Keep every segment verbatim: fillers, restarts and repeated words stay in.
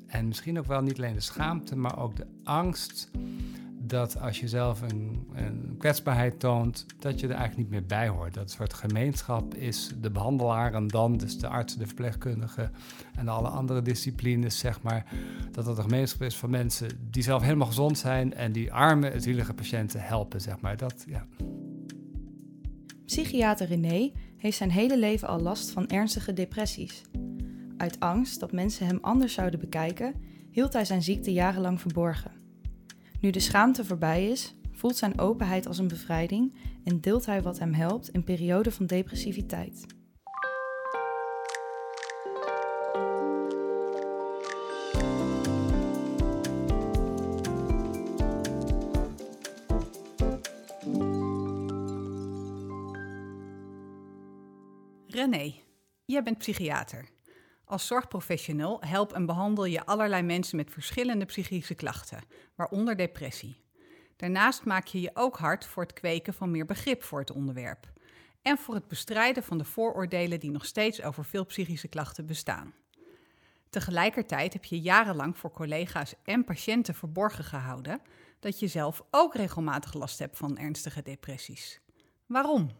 En misschien ook wel niet alleen de schaamte, maar ook de angst dat als je zelf een, een kwetsbaarheid toont, dat je er eigenlijk niet meer bij hoort. Dat soort gemeenschap is de behandelaar en dan, dus de arts, de verpleegkundige en alle andere disciplines, zeg maar, dat dat een gemeenschap is van mensen die zelf helemaal gezond zijn en die arme, zielige patiënten helpen, zeg maar. Dat, ja. Psychiater René heeft zijn hele leven al last van ernstige depressies. Uit angst dat mensen hem anders zouden bekijken, hield hij zijn ziekte jarenlang verborgen. Nu de schaamte voorbij is, voelt zijn openheid als een bevrijding en deelt hij wat hem helpt in perioden van depressiviteit. René, jij bent psychiater. Als zorgprofessional help en behandel je allerlei mensen met verschillende psychische klachten, waaronder depressie. Daarnaast maak je je ook hard voor het kweken van meer begrip voor het onderwerp en voor het bestrijden van de vooroordelen die nog steeds over veel psychische klachten bestaan. Tegelijkertijd heb je jarenlang voor collega's en patiënten verborgen gehouden dat je zelf ook regelmatig last hebt van ernstige depressies. Waarom?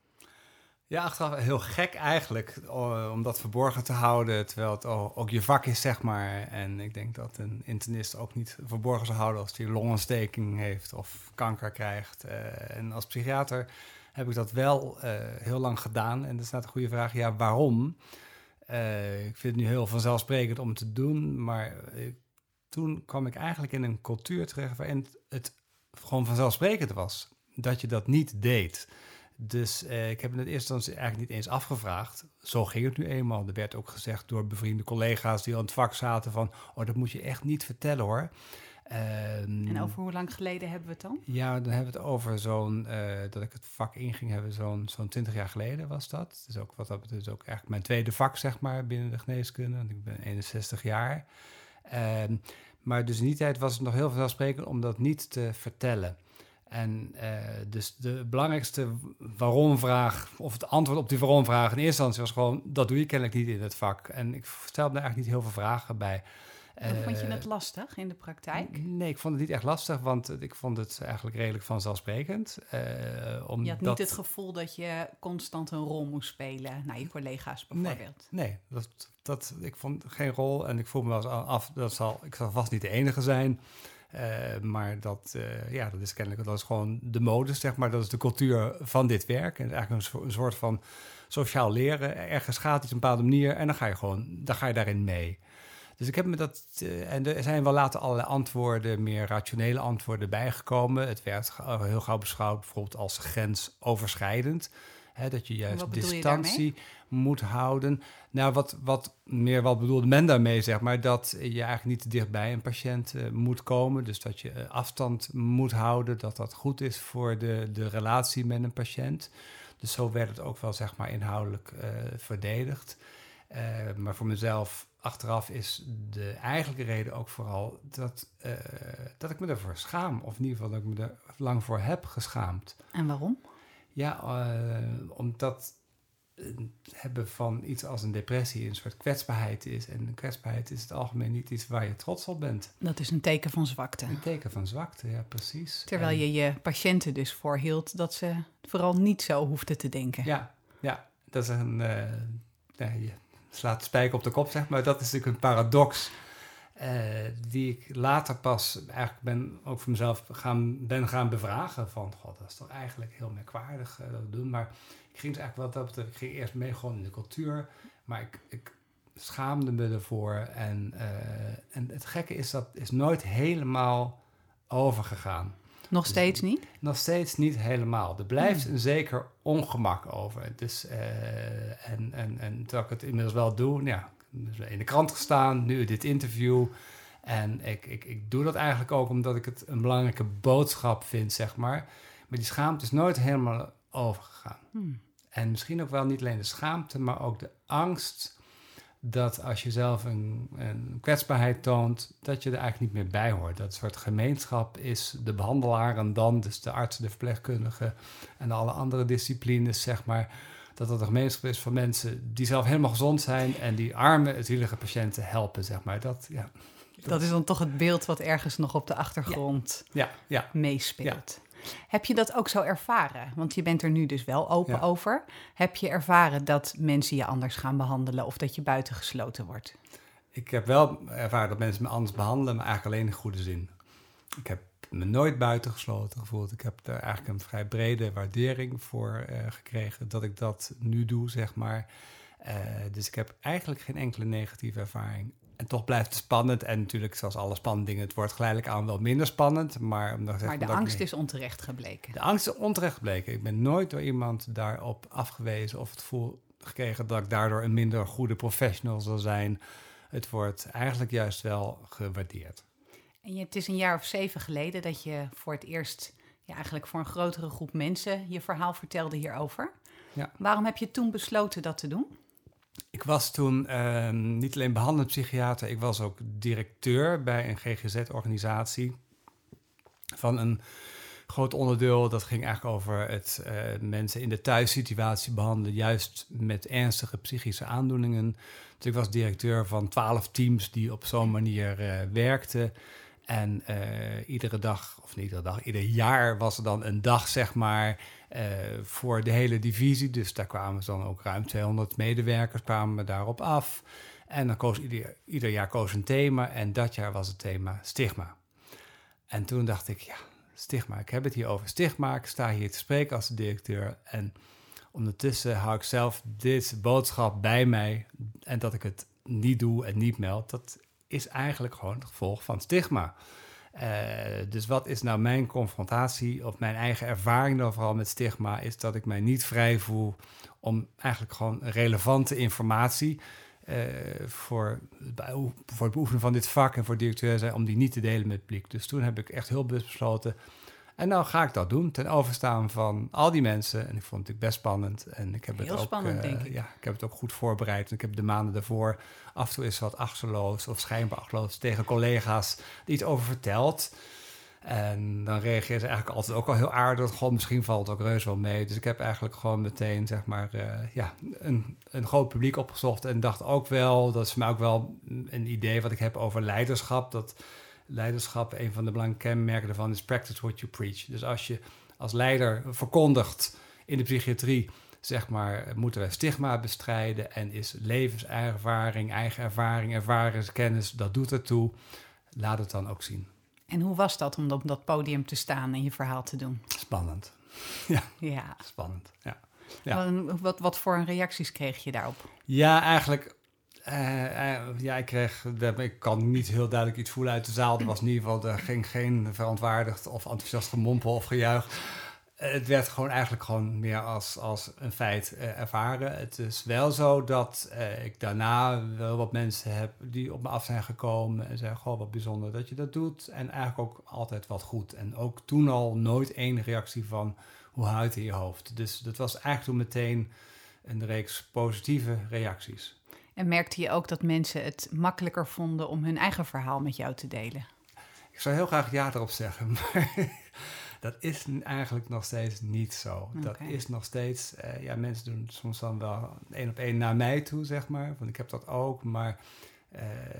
Ja, achteraf heel gek eigenlijk om dat verborgen te houden, terwijl het ook je vak is, zeg maar. En ik denk dat een internist ook niet verborgen zou houden als hij longontsteking heeft of kanker krijgt. Uh, en als psychiater heb ik dat wel uh, heel lang gedaan. En dat is net een goede vraag, ja, waarom? Uh, ik vind het nu heel vanzelfsprekend om het te doen, maar uh, toen kwam ik eigenlijk in een cultuur terecht waarin het gewoon vanzelfsprekend was dat je dat niet deed. Dus eh, ik heb het in eerste instantie eigenlijk niet eens afgevraagd. Zo ging het nu eenmaal. Er werd ook gezegd door bevriende collega's die al in het vak zaten van, oh, dat moet je echt niet vertellen, hoor. Um, en over hoe lang geleden hebben we het dan? Ja, dan hebben we het over zo'n, uh, dat ik het vak inging, hebben we zo'n, zo'n twintig jaar geleden was dat. Dus ook wat dat betreft ook eigenlijk mijn tweede vak, zeg maar, binnen de geneeskunde. Want ik ben eenenzestig jaar. Um, maar dus in die tijd was het nog heel vanzelfsprekend om dat niet te vertellen. En uh, dus de belangrijkste waarom-vraag, of het antwoord op die waarom-vraag in eerste instantie was gewoon, dat doe je kennelijk niet in het vak. En ik stelde me eigenlijk niet heel veel vragen bij. Uh, vond je het lastig in de praktijk? Nee, ik vond het niet echt lastig, want ik vond het eigenlijk redelijk vanzelfsprekend. Uh, je had niet het gevoel dat je constant een rol moest spelen naar je collega's bijvoorbeeld? Nee, nee dat, dat, ik vond geen rol en ik voel me wel eens af, dat zal, ik zal vast niet de enige zijn. Uh, maar dat, uh, ja, dat is kennelijk, dat is gewoon de modus, zeg maar. Dat is de cultuur van dit werk. En het is eigenlijk een, een soort van sociaal leren. Ergens gaat iets op een bepaalde manier en dan ga je gewoon, dan ga je daarin mee. Dus ik heb me dat, uh, en er zijn wel later allerlei antwoorden, meer rationele antwoorden bijgekomen. Het werd heel gauw beschouwd bijvoorbeeld als grensoverschrijdend. Hè, dat je juist distantie je moet houden. Nou, wat, wat meer wat bedoelde men daarmee, zeg maar, dat je eigenlijk niet te dichtbij een patiënt uh, moet komen. Dus dat je uh, afstand moet houden, dat dat goed is voor de, de relatie met een patiënt. Dus zo werd het ook wel, zeg maar, inhoudelijk uh, verdedigd. Uh, maar voor mezelf achteraf is de eigenlijke reden ook vooral dat, uh, dat ik me ervoor schaam. Of in ieder geval dat ik me er lang voor heb geschaamd. En waarom? Ja, uh, omdat het hebben van iets als een depressie een soort kwetsbaarheid is. En kwetsbaarheid is het algemeen niet iets waar je trots op bent. Dat is een teken van zwakte. Een teken van zwakte, ja, precies. Terwijl en, je je patiënten dus voorhield dat ze vooral niet zo hoefden te denken. Ja, ja, dat is een... Uh, ja, je slaat de spijker op de kop, zeg maar. Dat is natuurlijk een paradox uh, die ik later pas eigenlijk ben ook voor mezelf gaan, ben gaan bevragen. Van, god, dat is toch eigenlijk heel merkwaardig uh, dat we doen. Maar ik ging dus eigenlijk wat dat betreft, ik ging eerst mee gewoon in de cultuur. Maar ik, ik schaamde me ervoor. En, uh, en het gekke is, dat is nooit helemaal overgegaan. Nog steeds dus, niet? Nog steeds niet helemaal. Er blijft hmm. een zeker ongemak over. Dus, uh, en, en, en terwijl ik het inmiddels wel doe, ja, in de krant gestaan, nu dit interview. En ik, ik, ik doe dat eigenlijk ook omdat ik het een belangrijke boodschap vind, zeg maar. Maar die schaamte is nooit helemaal overgegaan. Hmm. En misschien ook wel niet alleen de schaamte, maar ook de angst dat als je zelf een, een kwetsbaarheid toont, dat je er eigenlijk niet meer bij hoort. Dat soort gemeenschap is de behandelaar en dan, dus de arts, de verpleegkundige en alle andere disciplines, zeg maar, dat dat een gemeenschap is van mensen die zelf helemaal gezond zijn en die arme, zielige patiënten helpen, zeg maar. Dat, ja. Dat is dan toch het beeld wat ergens nog op de achtergrond ja. Ja, ja. meespeelt. Ja. Heb je dat ook zo ervaren? Want je bent er nu dus wel open ja. over. Heb je ervaren dat mensen je anders gaan behandelen of dat je buitengesloten wordt? Ik heb wel ervaren dat mensen me anders behandelen, maar eigenlijk alleen in goede zin. Ik heb me nooit buitengesloten gevoeld. Ik heb daar eigenlijk een vrij brede waardering voor uh, gekregen dat ik dat nu doe, zeg maar. Uh, dus ik heb eigenlijk geen enkele negatieve ervaring. En toch blijft het spannend. En natuurlijk, zoals alle spannende dingen, het wordt geleidelijk aan wel minder spannend. Maar, maar de maar angst nee. is onterecht gebleken. De angst is onterecht gebleken. Ik ben nooit door iemand daarop afgewezen of het gevoel gekregen dat ik daardoor een minder goede professional zal zijn. Het wordt eigenlijk juist wel gewaardeerd. En je, het is een jaar of zeven geleden dat je voor het eerst ja, eigenlijk voor een grotere groep mensen je verhaal vertelde hierover. Ja. Waarom heb je toen besloten dat te doen? Ik was toen uh, niet alleen behandelend psychiater, ik was ook directeur bij een G G Z-organisatie van een groot onderdeel. Dat ging eigenlijk over het uh, mensen in de thuissituatie behandelen, juist met ernstige psychische aandoeningen. Dus ik was directeur van twaalf teams die op zo'n manier uh, werkten. En uh, iedere dag, of niet iedere dag, ieder jaar was er dan een dag, zeg maar, uh, voor de hele divisie. Dus daar kwamen dan ook ruim tweehonderd medewerkers kwamen daarop af. En dan koos ieder, ieder jaar koos een thema. En dat jaar was het thema stigma. En toen dacht ik, ja, stigma. Ik heb het hier over stigma. Ik sta hier te spreken als de directeur. En ondertussen hou ik zelf dit boodschap bij mij. En dat ik het niet doe en niet meld, dat is eigenlijk gewoon het gevolg van stigma. Uh, dus wat is nou mijn confrontatie of mijn eigen ervaring dan vooral met stigma, is dat ik mij niet vrij voel om eigenlijk gewoon relevante informatie uh, voor, voor het beoefenen van dit vak en voor directeur zijn, om die niet te delen met het publiek. Dus toen heb ik echt heel bewust besloten, en nou ga ik dat doen, ten overstaan van al die mensen. En ik vond het best spannend. En ik heb Heel het ook, spannend, uh, denk ik. Ja, ik heb het ook goed voorbereid. Ik heb de maanden daarvoor af en toe eens wat achterloos of schijnbaar achterloos tegen collega's die iets over verteld. En dan reageert ze eigenlijk altijd ook al heel aardig. Gewoon, misschien valt het ook reus wel mee. Dus ik heb eigenlijk gewoon meteen, zeg maar, uh, ja, een, een groot publiek opgezocht. En dacht ook wel, dat is mij ook wel een idee wat ik heb over leiderschap. Dat leiderschap, een van de belangrijke kenmerken daarvan is practice what you preach. Dus als je als leider verkondigt in de psychiatrie, zeg maar, moeten wij stigma bestrijden en is levenservaring, eigen ervaring, ervaringskennis, dat doet ertoe. Laat het dan ook zien. En hoe was dat om op dat podium te staan en je verhaal te doen? Spannend. Ja, ja. spannend. Ja. Ja. Wat, wat voor reacties kreeg je daarop? Ja, eigenlijk... Uh, uh, ja, ik kreeg... Ik kan niet heel duidelijk iets voelen uit de zaal. Er was in ieder geval... Er ging geen verontwaardigd of enthousiast gemompel of gejuich. Uh, het werd gewoon eigenlijk gewoon meer als, als een feit uh, ervaren. Het is wel zo dat uh, ik daarna wel wat mensen heb die op me af zijn gekomen en zeggen, goh, wat bijzonder dat je dat doet. En eigenlijk ook altijd wat goed. En ook toen al nooit één reactie van hoe houdt het in je hoofd. Dus dat was eigenlijk toen meteen een reeks positieve reacties. En merkte je ook dat mensen het makkelijker vonden om hun eigen verhaal met jou te delen? Ik zou heel graag ja erop zeggen, maar dat is eigenlijk nog steeds niet zo. Okay. Dat is nog steeds... Uh, ja, mensen doen soms dan wel één op één naar mij toe, zeg maar. Want ik heb dat ook, maar uh,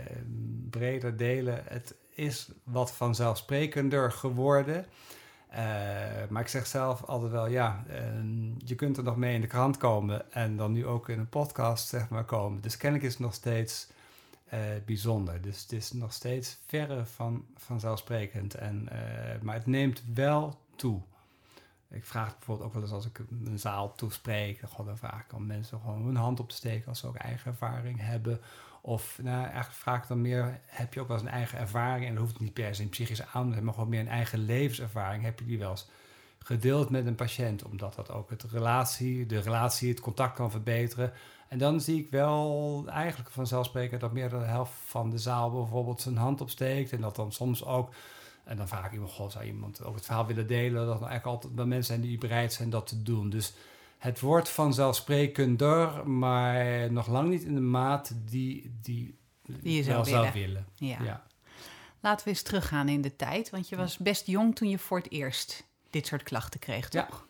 breder delen. Het is wat vanzelfsprekender geworden. Uh, maar ik zeg zelf altijd wel, ja, uh, je kunt er nog mee in de krant komen en dan nu ook in een podcast, zeg maar, komen. Dus kennelijk is het nog steeds uh, bijzonder. Dus het is nog steeds verre van vanzelfsprekend. En, uh, maar het neemt wel toe. Ik vraag bijvoorbeeld ook wel eens als ik een zaal toespreek, gewoon dan vraag ik aan mensen gewoon hun hand op te steken als ze ook eigen ervaring hebben. Of nou, eigenlijk vraag ik dan meer, heb je ook wel eens een eigen ervaring? En dat hoeft niet per se een psychische aandoening, maar gewoon meer een eigen levenservaring. Heb je die wel eens gedeeld met een patiënt? Omdat dat ook het relatie, de relatie, het contact kan verbeteren. En dan zie ik wel eigenlijk vanzelfsprekend dat meer dan de helft van de zaal bijvoorbeeld zijn hand opsteekt. En dat dan soms ook, en dan vraag ik iemand, goh, zou iemand ook het verhaal willen delen? Dat er eigenlijk altijd wel mensen zijn die bereid zijn dat te doen. Dus het wordt vanzelfsprekender, maar nog lang niet in de mate die, die, die je wel zou willen. zou willen. Ja. Ja. Laten we eens teruggaan in de tijd, want je was best jong toen je voor het eerst dit soort klachten kreeg, toch? Ja.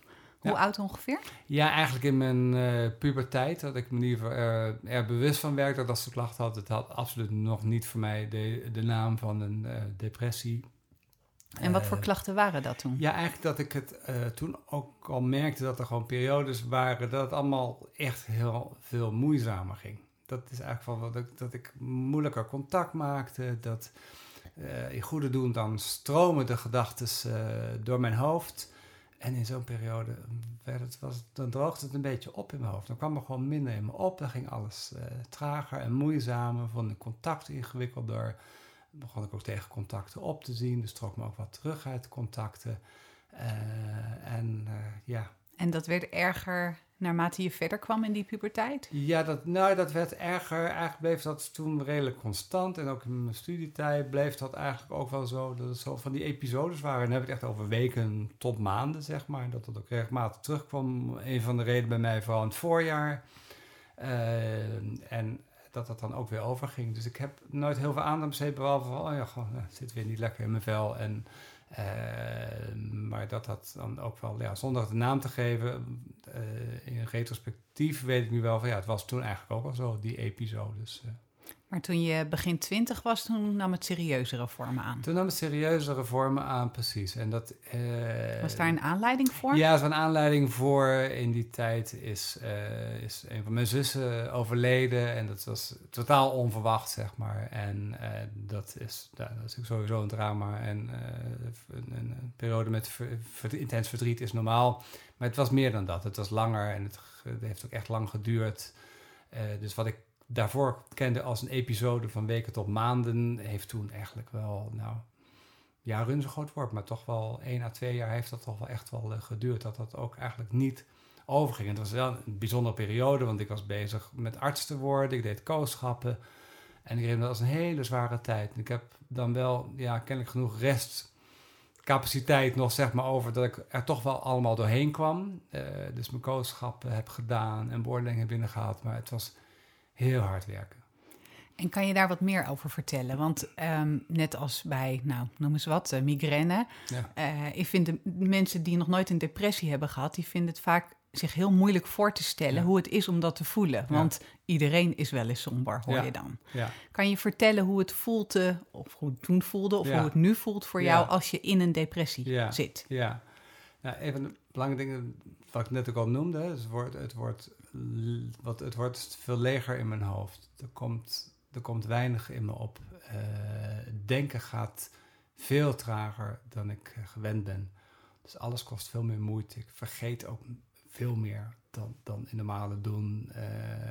Hoe Ja. oud ongeveer? Ja, eigenlijk in mijn uh, puberteit, dat ik me in ieder geval er, er bewust van werd dat als de klacht had. Het had absoluut nog niet voor mij de, de naam van een uh, depressie. En wat Uh, voor klachten waren dat toen? Ja, eigenlijk dat ik het uh, toen ook al merkte dat er gewoon periodes waren dat het allemaal echt heel veel moeizamer ging. Dat is eigenlijk van wat ik, dat ik moeilijker contact maakte, dat uh, in goede doen dan stromen de gedachten uh, door mijn hoofd. En in zo'n periode werd het, was, dan droogde het een beetje op in mijn hoofd. Dan kwam er gewoon minder in me op. Dan ging alles uh, trager en moeizamer. Vond ik contact ingewikkelder. Begon ik ook tegen contacten op te zien. Dus trok me ook wat terug uit de contacten. Uh, en uh, ja. En dat werd erger naarmate je verder kwam in die puberteit? Ja, dat, nou, dat werd erger. Eigenlijk bleef dat toen redelijk constant. En ook in mijn studietijd bleef dat eigenlijk ook wel zo. Dat het zo van die episodes waren. En dan heb ik het echt over weken tot maanden, zeg maar. Dat dat ook regelmatig terugkwam. Een van de redenen bij mij vooral in het voorjaar. Uh, en dat dat dan ook weer overging. Dus ik heb nooit heel veel aandacht besteed. Behalve van, oh ja, gewoon, ja, het zit weer niet lekker in mijn vel. En... Uh, maar dat dat dan ook wel, ja, zonder het een naam te geven, uh, in retrospectief weet ik nu wel van ja, het was toen eigenlijk ook al zo, die episodes. Uh. Maar toen je begin twintig was, toen nam het serieuzere vormen aan? Toen nam het serieuzere vormen aan, precies. En dat, uh, was daar een aanleiding voor? Ja, er was een aanleiding voor. In die tijd is, uh, is een van mijn zussen overleden en dat was totaal onverwacht, zeg maar. En uh, dat, is, ja, dat is sowieso een drama en uh, een, een periode met ver, ver, intens verdriet is normaal. Maar het was meer dan dat. Het was langer en het, het heeft ook echt lang geduurd. Uh, dus wat ik daarvoor kende als een episode van weken tot maanden, heeft toen eigenlijk wel, nou, jaren is een groot woord, maar toch wel één à twee jaar heeft dat toch wel echt wel uh, geduurd, dat dat ook eigenlijk niet overging. En het was wel een bijzondere periode, want ik was bezig met arts te worden, ik deed kooschappen en ik kreeg dat als een hele zware tijd. En ik heb dan wel, ja, kennelijk genoeg restcapaciteit nog, zeg maar, over dat ik er toch wel allemaal doorheen kwam. Uh, dus mijn kooschappen heb gedaan en beoordelingen heb binnengehaald, maar het was heel hard werken. En kan je daar wat meer over vertellen? Want um, net als bij, nou, noem eens wat, uh, migraine. Ja. Uh, ik vind de mensen die nog nooit een depressie hebben gehad, die vinden het vaak zich heel moeilijk voor te stellen, ja, hoe het is om dat te voelen. Ja. Want iedereen is wel eens somber, hoor, ja, je dan. Ja. Kan je vertellen hoe het voelde, of hoe het toen voelde, of, ja, hoe het nu voelt voor, ja, jou als je in een depressie, ja, zit? Ja, nou, een van de belangrijke dingen wat ik net ook al noemde, is het wordt, het wordt, wat, het wordt veel leger in mijn hoofd. Er komt, er komt weinig in me op. Uh, denken gaat veel trager dan ik uh, gewend ben. Dus alles kost veel meer moeite. Ik vergeet ook veel meer dan, dan in normale doen. Uh,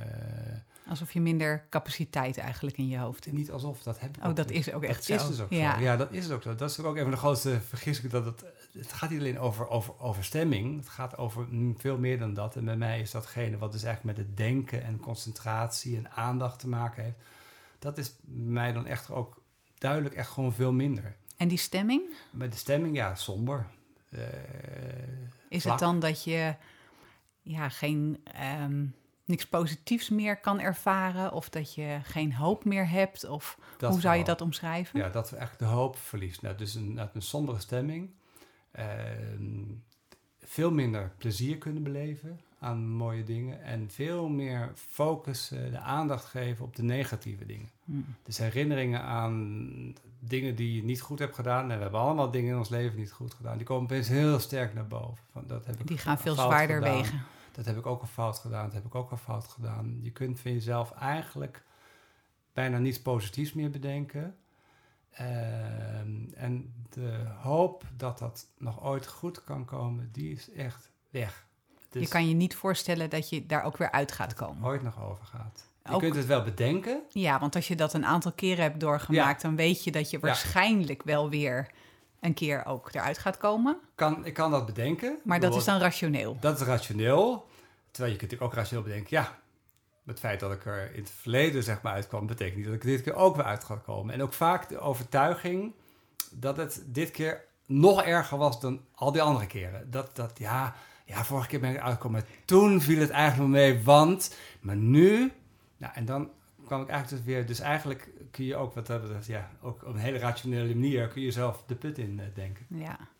alsof je minder capaciteit eigenlijk in je hoofd hebt. Niet alsof, dat heb ik Oh, ook dat dus. is ook echt dat zo. Is dus ook ja. zo. Ja, dat is het ook zo. Dat is ook een van de grootste vergissingen. Dat het, het gaat niet alleen over, over, over stemming. Het gaat over veel meer dan dat. En bij mij is datgene wat dus eigenlijk met het denken en concentratie en aandacht te maken heeft. Dat is mij dan echt ook duidelijk echt gewoon veel minder. En die stemming? Met de stemming, ja, somber. Uh, is vlak. het dan dat je ja, geen... Um, niks positiefs meer kan ervaren, of dat je geen hoop meer hebt, of dat hoe zou je dat omschrijven? Ja, dat we eigenlijk de hoop verliest. Nou, dus een, een sombere stemming. Uh, veel minder plezier kunnen beleven aan mooie dingen en veel meer focus, uh, de aandacht geven op de negatieve dingen. Hmm. Dus herinneringen aan dingen die je niet goed hebt gedaan, en we hebben allemaal dingen in ons leven niet goed gedaan, die komen opeens heel sterk naar boven. Van, dat heb ik die gaan veel zwaarder gedaan. wegen. Dat heb ik ook al fout gedaan, dat heb ik ook al fout gedaan. Je kunt van jezelf eigenlijk bijna niets positiefs meer bedenken. Uh, en de hoop dat dat nog ooit goed kan komen, die is echt weg. Dus je kan je niet voorstellen dat je daar ook weer uit gaat komen. Ooit nog over gaat. Je ook, kunt het wel bedenken. Ja, want als je dat een aantal keren hebt doorgemaakt, ja, dan weet je dat je waarschijnlijk ja. wel weer een keer ook eruit gaat komen. Kan, ik kan dat bedenken. Maar dat is dan rationeel. Dat is rationeel. Terwijl je kunt natuurlijk ook rationeel bedenken, ja, het feit dat ik er in het verleden zeg maar uitkwam, betekent niet dat ik dit keer ook weer uit ga komen. En ook vaak de overtuiging dat het dit keer nog erger was dan al die andere keren. Dat, dat ja, ja, vorige keer ben ik uitgekomen, maar toen viel het eigenlijk nog mee, want, maar nu, nou, en dan kwam ik eigenlijk dus weer, dus eigenlijk kun je ook, wat dat betreft, ja, ook op een hele rationele manier kun je zelf de put in uh, denken. Ja.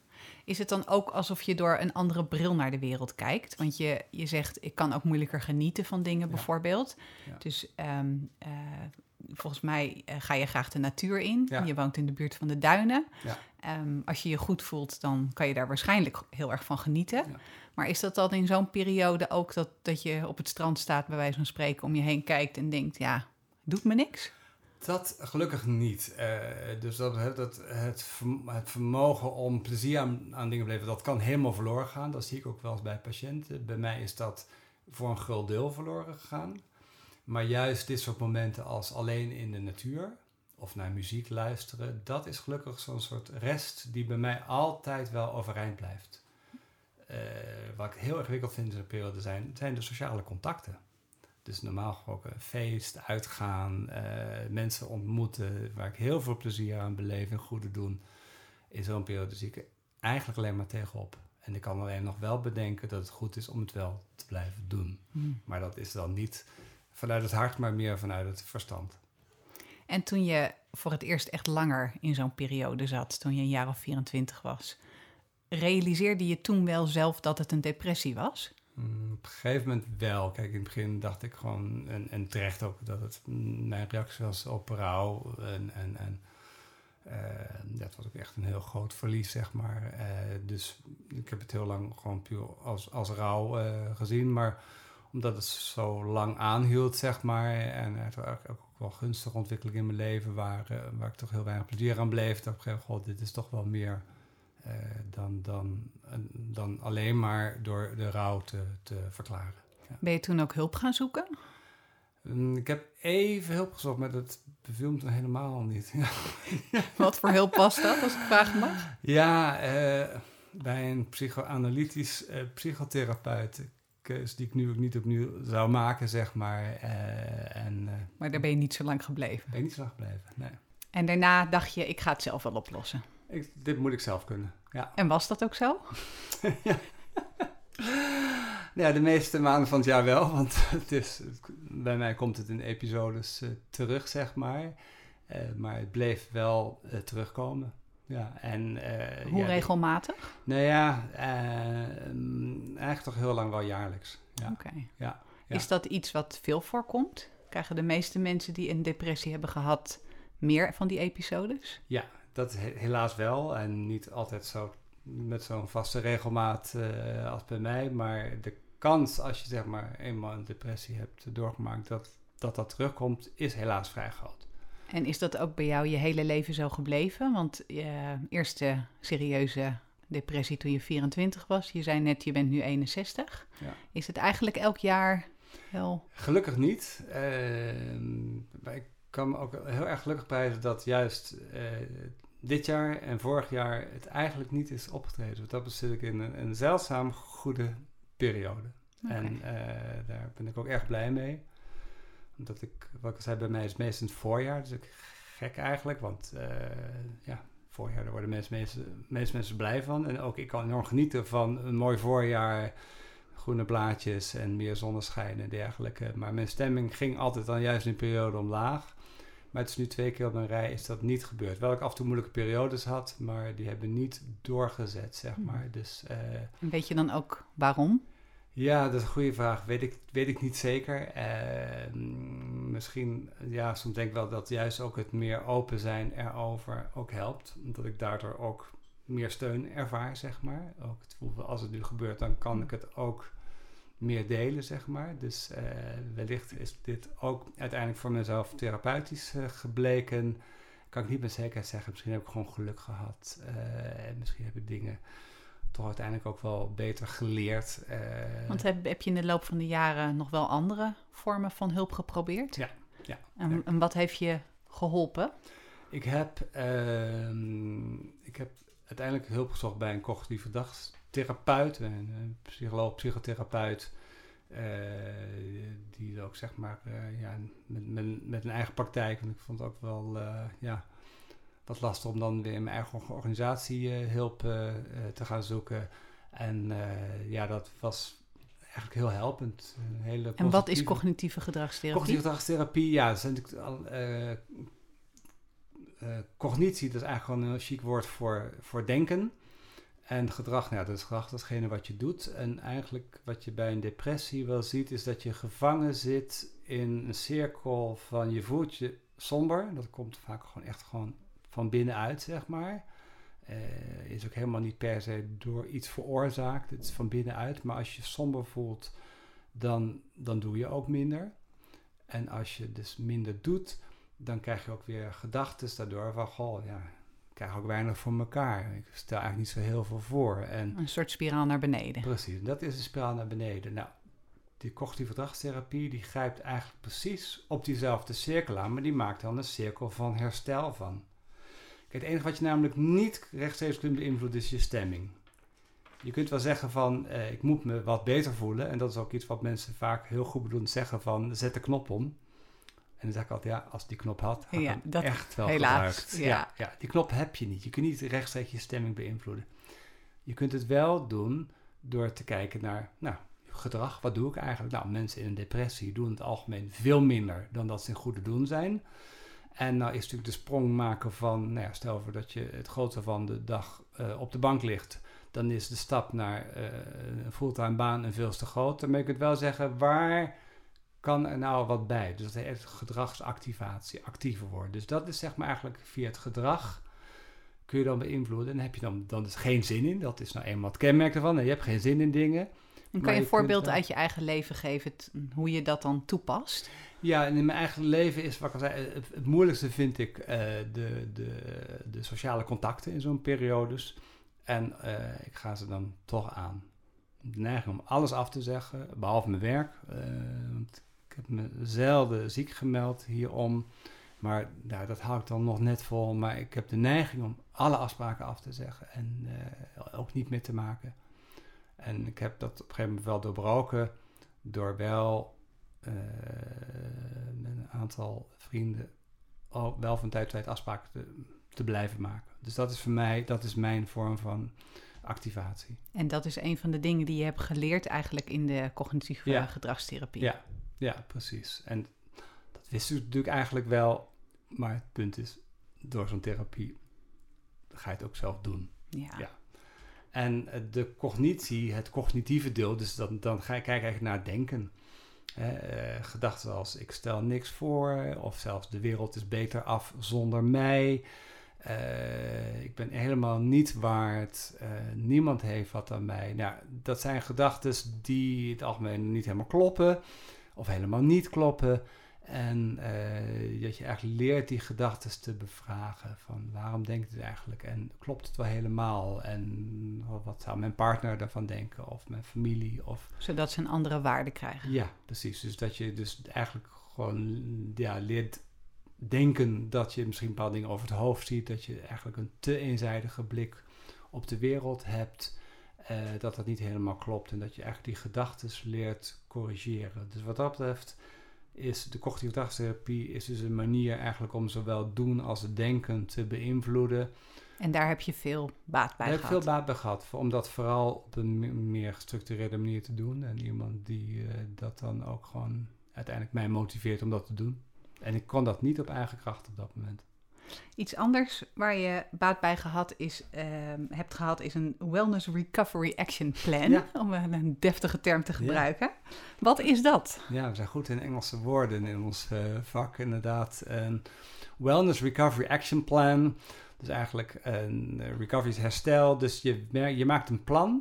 Is het dan ook alsof je door een andere bril naar de wereld kijkt? Want je, je zegt, ik kan ook moeilijker genieten van dingen Ja. bijvoorbeeld. Ja. Dus um, uh, volgens mij uh, ga je graag de natuur in. Ja. Je woont in de buurt van de duinen. Ja. Um, als je je goed voelt, dan kan je daar waarschijnlijk heel erg van genieten. Ja. Maar is dat dan in zo'n periode ook dat, dat je op het strand staat, bij wijze van spreken, om je heen kijkt en denkt, ja, doet me niks? Dat gelukkig niet. Uh, dus dat, het, dat, het, het vermogen om plezier aan, aan dingen te beleven, dat kan helemaal verloren gaan. Dat zie ik ook wel eens bij patiënten. Bij mij is dat voor een groot deel verloren gegaan. Maar juist dit soort momenten als alleen in de natuur of naar muziek luisteren, dat is gelukkig zo'n soort rest die bij mij altijd wel overeind blijft. Uh, wat ik heel ingewikkeld vind in de periode zijn, zijn de sociale contacten. Dus normaal gesproken een feest, uitgaan, uh, mensen ontmoeten, waar ik heel veel plezier aan beleef en goede doen. In zo'n periode zie ik er eigenlijk alleen maar tegenop. En ik kan alleen nog wel bedenken dat het goed is om het wel te blijven doen. Hmm. Maar dat is dan niet vanuit het hart, maar meer vanuit het verstand. En toen je voor het eerst echt langer in zo'n periode zat, toen je een jaar of vierentwintig was, realiseerde je toen wel zelf dat het een depressie was? Mm, op een gegeven moment wel. Kijk, in het begin dacht ik gewoon, en, en terecht ook, dat het mijn reactie was op rouw. En, en, en uh, dat was ook echt een heel groot verlies, zeg maar. Uh, dus ik heb het heel lang gewoon puur als, als rouw uh, gezien. Maar omdat het zo lang aanhield, zeg maar, en er ook, ook wel gunstige ontwikkelingen in mijn leven waren, waar ik toch heel weinig plezier aan bleef, dacht ik op een gegeven moment, god, dit is toch wel meer Uh, dan, dan, uh, dan alleen maar door de rouw te, te verklaren. Ja. Ben je toen ook hulp gaan zoeken? Um, ik heb even hulp gezocht, maar dat beviel me toen helemaal niet. Ja. Wat voor hulp was dat, als ik vragen mag? Ja, uh, bij een psychoanalytisch uh, psychotherapeut, keus die ik nu ook niet opnieuw zou maken, zeg maar. Uh, en, uh, maar daar ben je niet zo lang gebleven? Ben ik niet zo lang gebleven, nee. En daarna dacht je, ik ga het zelf wel oplossen? Ik, dit moet ik zelf kunnen, ja. En was dat ook zo? ja. ja, de meeste maanden van het jaar wel, want het is, bij mij komt het in episodes uh, terug, zeg maar. Uh, maar het bleef wel uh, terugkomen. Ja, en, uh, Hoe ja, regelmatig? De, nou ja, uh, um, eigenlijk toch heel lang wel jaarlijks. Ja. Oké. Okay. Ja, ja. Is dat iets wat veel voorkomt? Krijgen de meeste mensen die een depressie hebben gehad meer van die episodes? Ja, dat he- helaas wel. En niet altijd zo met zo'n vaste regelmaat uh, als bij mij. Maar de kans als je zeg maar eenmaal een depressie hebt doorgemaakt dat dat, dat terugkomt, is helaas vrij groot. En is dat ook bij jou je hele leven zo gebleven? Want je eerste serieuze depressie toen je vierentwintig was. Je zei net, je bent nu eenenzestig. Ja. Is het eigenlijk elk jaar wel? Gelukkig niet. Uh, maar ik kan me ook heel erg gelukkig prijzen dat juist uh, dit jaar en vorig jaar het eigenlijk niet is opgetreden. Want dat zit ik in een, een zeldzaam goede periode. Okay. En uh, daar ben ik ook erg blij mee. Omdat ik, wat ik zei, bij mij is het meest in het voorjaar. Dus ik gek eigenlijk, want uh, ja, voorjaar, daar worden mensen, meest, meest mensen blij van. En ook ik kan enorm genieten van een mooi voorjaar, groene blaadjes en meer zonneschijn en dergelijke. Maar mijn stemming ging altijd dan juist in een periode omlaag. Maar het is nu twee keer op een rij is dat niet gebeurd. Wel ik af en toe moeilijke periodes had, maar die hebben niet doorgezet, zeg maar. Dus, uh, en weet je dan ook waarom? Ja, dat is een goede vraag. Weet ik, weet ik niet zeker. Uh, misschien, ja, soms denk ik wel dat juist ook het meer open zijn erover ook helpt. Omdat ik daardoor ook meer steun ervaar, zeg maar. Ook het gevoel van als het nu gebeurt, dan kan ik het ook meer delen, zeg maar. Dus uh, wellicht is dit ook uiteindelijk voor mezelf therapeutisch uh, gebleken. Kan ik niet met zekerheid zeggen. Misschien heb ik gewoon geluk gehad. Uh, en misschien heb ik dingen toch uiteindelijk ook wel beter geleerd. Uh, Want heb, heb je in de loop van de jaren nog wel andere vormen van hulp geprobeerd? Ja. ja, en, ja. en wat heeft je geholpen? Ik heb, uh, ik heb uiteindelijk hulp gezocht bij een cognitieve gedragstherapeut, een psycholoog, psychotherapeut, uh, die ook zeg maar uh, ja, met, met, met een eigen praktijk, want ik vond het ook wel uh, ja, wat lastig om dan weer in mijn eigen organisatie uh, hulp uh, uh, te gaan zoeken. En uh, ja, dat was eigenlijk heel helpend. Een hele en wat is cognitieve gedragstherapie? Cognitieve gedragstherapie, ja, dat is natuurlijk al, uh, uh, cognitie, dat is eigenlijk gewoon een chic woord voor, voor denken. En gedrag, nou ja, dat is gedrag, datgene wat je doet. En eigenlijk wat je bij een depressie wel ziet, is dat je gevangen zit in een cirkel van je voelt je somber. Dat komt vaak gewoon echt gewoon van binnenuit, zeg maar. Uh, is ook helemaal niet per se door iets veroorzaakt. Het is van binnenuit. Maar als je somber voelt, dan, dan doe je ook minder. En als je dus minder doet, dan krijg je ook weer gedachten daardoor van, goh, ja, ik krijg ook weinig voor elkaar. Ik stel eigenlijk niet zo heel veel voor. En een soort spiraal naar beneden. Precies, dat is een spiraal naar beneden. Nou, die cognitieve gedragstherapie, die grijpt eigenlijk precies op diezelfde cirkel aan, maar die maakt dan een cirkel van herstel van. Kijk, het enige wat je namelijk niet rechtstreeks kunt beïnvloeden is je stemming. Je kunt wel zeggen van, eh, ik moet me wat beter voelen. En dat is ook iets wat mensen vaak heel goed bedoeld zeggen van, zet de knop om. En dan zeg ik altijd, ja, als die knop had, had ja, ik hem dat echt wel helaas, gebruikt. Ja. Ja, ja, die knop heb je niet. Je kunt niet rechtstreeks je stemming beïnvloeden. Je kunt het wel doen door te kijken naar, nou, gedrag. Wat doe ik eigenlijk? Nou, mensen in een depressie doen het algemeen veel minder dan dat ze in goede doen zijn. En nou is natuurlijk de sprong maken van, nou ja, stel voor dat je het grootste van de dag uh, op de bank ligt. Dan is de stap naar uh, een fulltime baan een veel te groot. Maar je kunt wel zeggen, waar kan er nou wat bij? Dus dat heet gedragsactivatie, actiever worden. Dus dat is zeg maar eigenlijk via het gedrag kun je dan beïnvloeden. En heb je dan, dan is geen zin in. Dat is nou eenmaal het kenmerk ervan. Je hebt geen zin in dingen. En kan je een voorbeeld uit je eigen leven geven, t- hoe je dat dan toepast? Ja, en in mijn eigen leven is, wat ik al zei, het, het moeilijkste vind ik uh, de, de, de sociale contacten in zo'n periodes. En uh, ik ga ze dan toch aan. De neiging om alles af te zeggen, behalve mijn werk. Uh, want ik heb me zelden ziek gemeld hierom. Maar nou, dat hou ik dan nog net vol. Maar ik heb de neiging om alle afspraken af te zeggen en uh, ook niet meer te maken. En ik heb dat op een gegeven moment wel doorbroken door wel uh, met een aantal vrienden al wel van tijd tot tijd afspraken te, te blijven maken. Dus dat is voor mij, dat is mijn vorm van activatie. En dat is een van de dingen die je hebt geleerd eigenlijk in de cognitieve ja. gedragstherapie. Ja, ja, precies. En dat wist u natuurlijk eigenlijk wel, maar het punt is, door zo'n therapie ga je het ook zelf doen. Ja. ja. En de cognitie, het cognitieve deel, dus dan, dan ga ik kijken eigenlijk naar het denken. Eh, gedachten als ik stel niks voor, of zelfs de wereld is beter af zonder mij. Uh, ik ben helemaal niet waard, uh, niemand heeft wat aan mij. Nou, dat zijn gedachten die in het algemeen niet helemaal kloppen, of helemaal niet kloppen. En uh, dat je eigenlijk leert die gedachten te bevragen. Van waarom denkt het eigenlijk? En klopt het wel helemaal? En wat zou mijn partner daarvan denken? Of mijn familie? Of... Zodat ze een andere waarde krijgen. Ja, precies. Dus dat je dus eigenlijk gewoon ja, leert denken dat je misschien bepaalde dingen over het hoofd ziet. Dat je eigenlijk een te eenzijdige blik op de wereld hebt. Uh, dat dat niet helemaal klopt. En dat je eigenlijk die gedachten leert corrigeren. Dus wat dat betreft is de cognitieve gedragstherapie is dus een manier eigenlijk om zowel doen als het denken te beïnvloeden. En daar heb je veel baat bij daar gehad. Daar heb ik veel baat bij gehad, om dat vooral op een meer gestructureerde manier te doen. En iemand die uh, dat dan ook gewoon uiteindelijk mij motiveert om dat te doen. En ik kon dat niet op eigen kracht op dat moment. Iets anders waar je baat bij gehad is, uh, hebt gehad is een Wellness Recovery Action Plan. Ja. Om een deftige term te gebruiken. Ja. Wat is dat? Ja, we zijn goed in Engelse woorden in ons uh, vak inderdaad. Een Wellness Recovery Action Plan. Dus eigenlijk een uh, recovery is herstel. Dus je, je maakt een plan,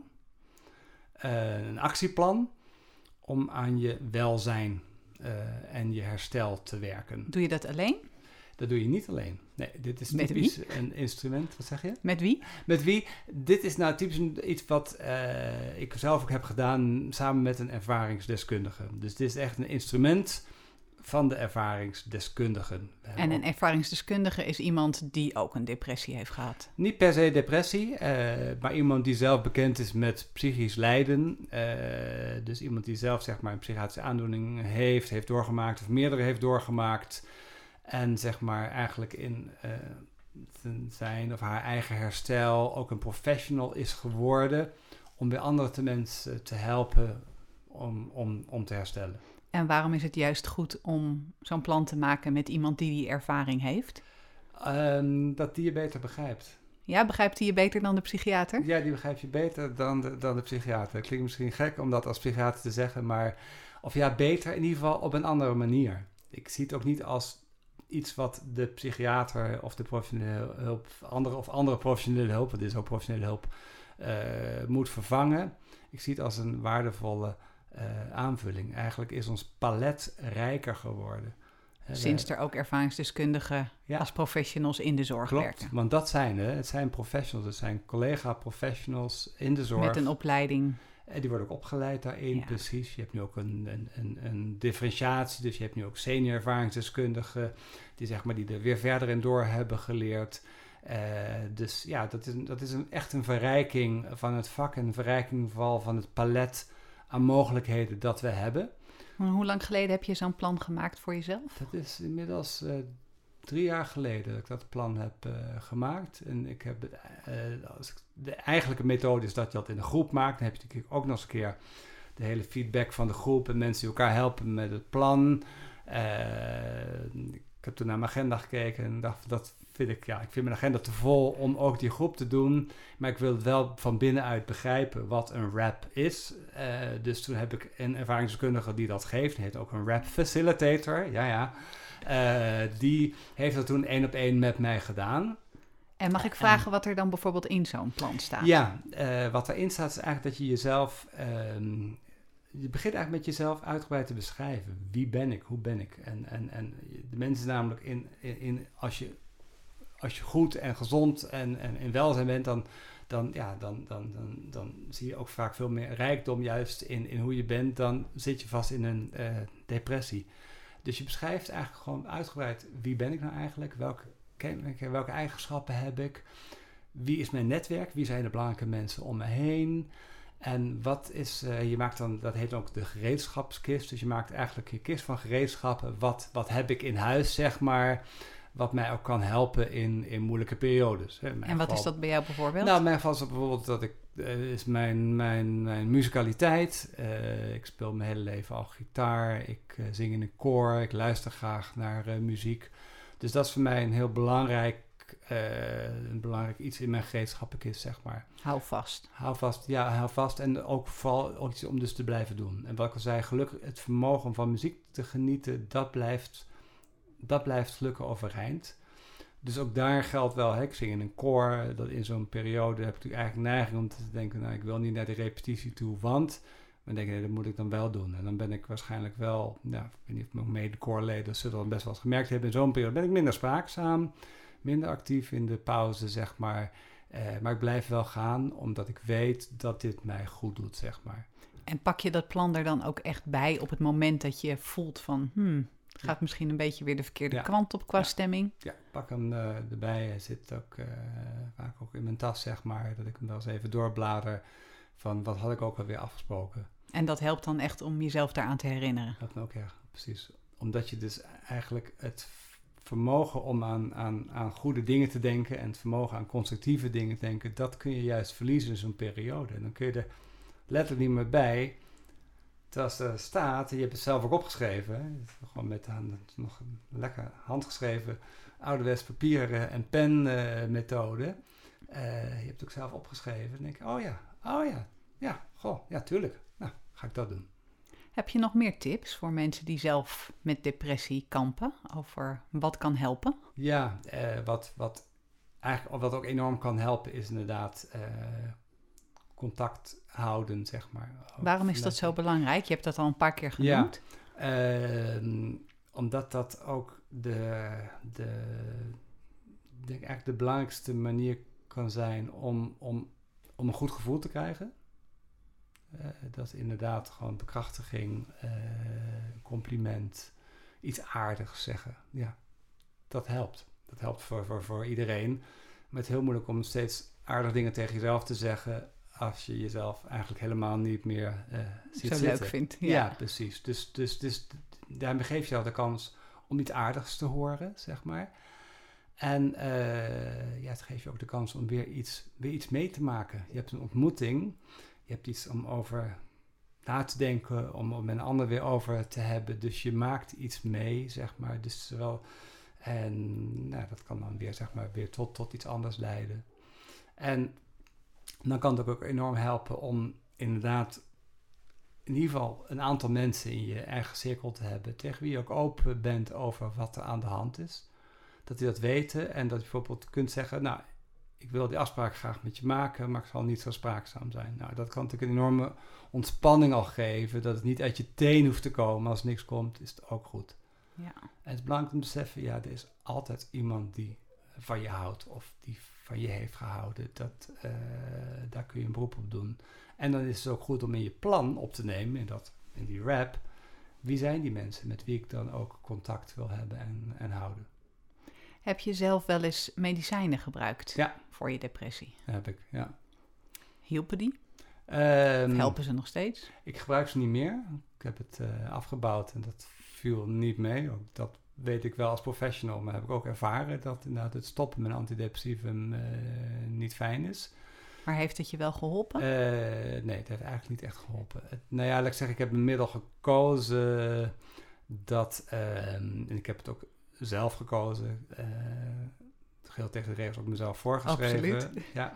uh, een actieplan, om aan je welzijn uh, en je herstel te werken. Doe je dat alleen? Dat doe je niet alleen. Nee, dit is Met typisch wie? een instrument. Wat zeg je? Met wie? Met wie? Dit is nou typisch iets wat uh, ik zelf ook heb gedaan samen met een ervaringsdeskundige. Dus dit is echt een instrument van de ervaringsdeskundigen. En een ervaringsdeskundige is iemand die ook een depressie heeft gehad? Niet per se depressie, uh, maar iemand die zelf bekend is met psychisch lijden. Uh, dus iemand die zelf zeg maar een psychiatrische aandoening heeft, heeft doorgemaakt of meerdere heeft doorgemaakt. En zeg maar eigenlijk in uh, zijn of haar eigen herstel ook een professional is geworden om bij andere mensen te helpen om, om, om te herstellen. En waarom is het juist goed om zo'n plan te maken met iemand die die ervaring heeft? Um, dat die je beter begrijpt. Ja, begrijpt hij je beter dan de psychiater? Ja, die begrijp je beter dan de, dan de psychiater. Dat klinkt misschien gek om dat als psychiater te zeggen, maar... Of ja, beter in ieder geval op een andere manier. Ik zie het ook niet als iets wat de psychiater of de professionele hulp... Andere, of andere professionele hulp, want dit is ook professionele hulp... Uh, moet vervangen. Ik zie het als een waardevolle uh, aanvulling. Eigenlijk is ons palet rijker geworden. Sinds er ook ervaringsdeskundigen ja. als professionals in de zorg Klopt, werken. Want dat zijn hè, het zijn professionals, het zijn collega-professionals in de zorg. Met een opleiding. En die worden ook opgeleid daarin, ja. precies. Je hebt nu ook een, een, een, een differentiatie, dus je hebt nu ook senior ervaringsdeskundigen... die, zeg maar, die er weer verder in door hebben geleerd... Uh, dus ja, dat is, dat is een, echt een verrijking van het vak... en een verrijking vooral van het palet aan mogelijkheden dat we hebben. Hoe lang geleden heb je zo'n plan gemaakt voor jezelf? Dat is inmiddels uh, drie jaar geleden dat ik dat plan heb uh, gemaakt. En ik heb uh, als ik, de eigenlijke methode is dat je dat in een groep maakt. Dan heb je natuurlijk ook nog eens een keer de hele feedback van de groep... en mensen die elkaar helpen met het plan. Uh, ik heb toen naar mijn agenda gekeken en dacht... dat vind ik, ja, ik vind mijn agenda te vol om ook die groep te doen. Maar ik wil het wel van binnenuit begrijpen wat een rap is. Uh, dus toen heb ik een ervaringsdeskundige die dat geeft. Die heet ook een rap facilitator. Ja, ja. Uh, die heeft dat toen één op één met mij gedaan. En mag ik vragen en, wat er dan bijvoorbeeld in zo'n plan staat? Ja, uh, wat erin staat is eigenlijk dat je jezelf... Um, je begint eigenlijk met jezelf uitgebreid te beschrijven. Wie ben ik? Hoe ben ik? En, en, en de mensen namelijk in, in, in als je... Als je goed en gezond en, en in welzijn bent, dan, dan, ja, dan, dan, dan, dan zie je ook vaak veel meer rijkdom juist in, in hoe je bent. Dan zit je vast in een uh, depressie. Dus je beschrijft eigenlijk gewoon uitgebreid, wie ben ik nou eigenlijk? Welke, welke eigenschappen heb ik? Wie is mijn netwerk? Wie zijn de belangrijke mensen om me heen? En wat is, uh, je maakt dan, dat heet ook de gereedschapskist. Dus je maakt eigenlijk je kist van gereedschappen. Wat, wat heb ik in huis, zeg maar... Wat mij ook kan helpen in, in moeilijke periodes. Hè. En wat geval, is dat bij jou bijvoorbeeld? Nou, in mijn geval is het bijvoorbeeld dat ik... Uh, is mijn, mijn, mijn muzikaliteit. Uh, ik speel mijn hele leven al gitaar. Ik uh, zing in een koor. Ik luister graag naar uh, muziek. Dus dat is voor mij een heel belangrijk... Uh, een belangrijk iets in mijn gereedschappenkist, zeg maar. Hou vast. Hou vast, ja, hou vast. En ook vooral ook iets om dus te blijven doen. En wat ik al zei, gelukkig het vermogen om van muziek te genieten... dat blijft... Dat blijft gelukkig overeind. Dus ook daar geldt wel, hè, ik zing in een koor. Dat in zo'n periode heb ik natuurlijk eigenlijk neiging om te denken... nou, ik wil niet naar de repetitie toe, want... dan denk ik, nee, dat moet ik dan wel doen. En dan ben ik waarschijnlijk wel... Nou, ik weet niet of mijn mede-koorleden zullen dat best wel eens gemerkt hebben. In zo'n periode ben ik minder spraakzaam, minder actief in de pauze, zeg maar. Uh, maar ik blijf wel gaan, omdat ik weet dat dit mij goed doet, zeg maar. En pak je dat plan er dan ook echt bij op het moment dat je voelt van... Hmm, het gaat misschien een beetje weer de verkeerde ja. kant op qua ja. stemming. Ja, pak hem uh, erbij. Hij zit ook uh, vaak ook in mijn tas, zeg maar. Dat ik hem wel eens even doorblader van wat had ik ook alweer afgesproken. En dat helpt dan echt om jezelf daaraan te herinneren? Dat helpt me ook erg, precies. Omdat je dus eigenlijk het vermogen om aan, aan, aan goede dingen te denken... en het vermogen aan constructieve dingen te denken... dat kun je juist verliezen in zo'n periode. En dan kun je er letterlijk niet meer bij... Terwijl er staat, je hebt het zelf ook opgeschreven, hè? Gewoon met hand, nog een lekker handgeschreven ouderwets papier en pen uh, methode. Uh, je hebt het ook zelf opgeschreven. Dan denk ik, oh ja, oh ja, ja, goh, ja, tuurlijk. Nou, ga ik dat doen. Heb je nog meer tips voor mensen die zelf met depressie kampen over wat kan helpen? Ja, uh, wat, wat, eigenlijk, wat ook enorm kan helpen is inderdaad... Uh, contact houden, zeg maar. Waarom is dat zo belangrijk? Je hebt dat al een paar keer genoemd. Ja, uh, omdat dat ook de, de, denk eigenlijk de belangrijkste manier kan zijn om, om, om een goed gevoel te krijgen. Uh, dat is inderdaad gewoon bekrachtiging, uh, compliment, iets aardigs zeggen. Ja, dat helpt. Dat helpt voor, voor, voor iedereen. Maar het is heel moeilijk om steeds aardige dingen tegen jezelf te zeggen... als je jezelf eigenlijk helemaal niet meer uh, ziet zo zitten. leuk vindt. Ja, ja precies. Dus, dus, dus daarmee geef je al de kans om iets aardigs te horen, zeg maar. En uh, ja, het geeft je ook de kans om weer iets, weer iets mee te maken. Je hebt een ontmoeting, je hebt iets om over na te denken, om, om met een ander weer over te hebben. Dus je maakt iets mee, zeg maar. Dus wel, en nou, dat kan dan weer, zeg maar, weer tot, tot iets anders leiden. En dan kan het ook enorm helpen om inderdaad in ieder geval een aantal mensen in je eigen cirkel te hebben, tegen wie je ook open bent over wat er aan de hand is. Dat die dat weten en dat je bijvoorbeeld kunt zeggen, nou, ik wil die afspraak graag met je maken, maar ik zal niet zo spraakzaam zijn. Nou, dat kan natuurlijk een enorme ontspanning al geven, dat het niet uit je teen hoeft te komen. Als niks komt, is het ook goed. Ja. En het is belangrijk om te beseffen, ja, er is altijd iemand die van je houdt of die van je heeft gehouden. Dat, uh, daar kun je een beroep op doen. En dan is het ook goed om in je plan op te nemen, in, dat, in die rap, wie zijn die mensen met wie ik dan ook contact wil hebben en, en houden. Heb je zelf wel eens medicijnen gebruikt Ja. voor je depressie? Dat heb ik, ja. Hielpen die? Um, Of helpen ze nog steeds? Ik gebruik ze niet meer. Ik heb het uh, afgebouwd en dat viel niet mee. Ook dat weet ik wel als professional, maar heb ik ook ervaren dat inderdaad het stoppen met een antidepressivum uh, niet fijn is. Maar heeft het je wel geholpen? Uh, nee, het heeft eigenlijk niet echt geholpen. Het, nou ja, laat ik zeggen, ik heb een middel gekozen dat, uh, en ik heb het ook zelf gekozen, uh, geheel tegen de regels ook mezelf voorgeschreven. Absoluut. Ja.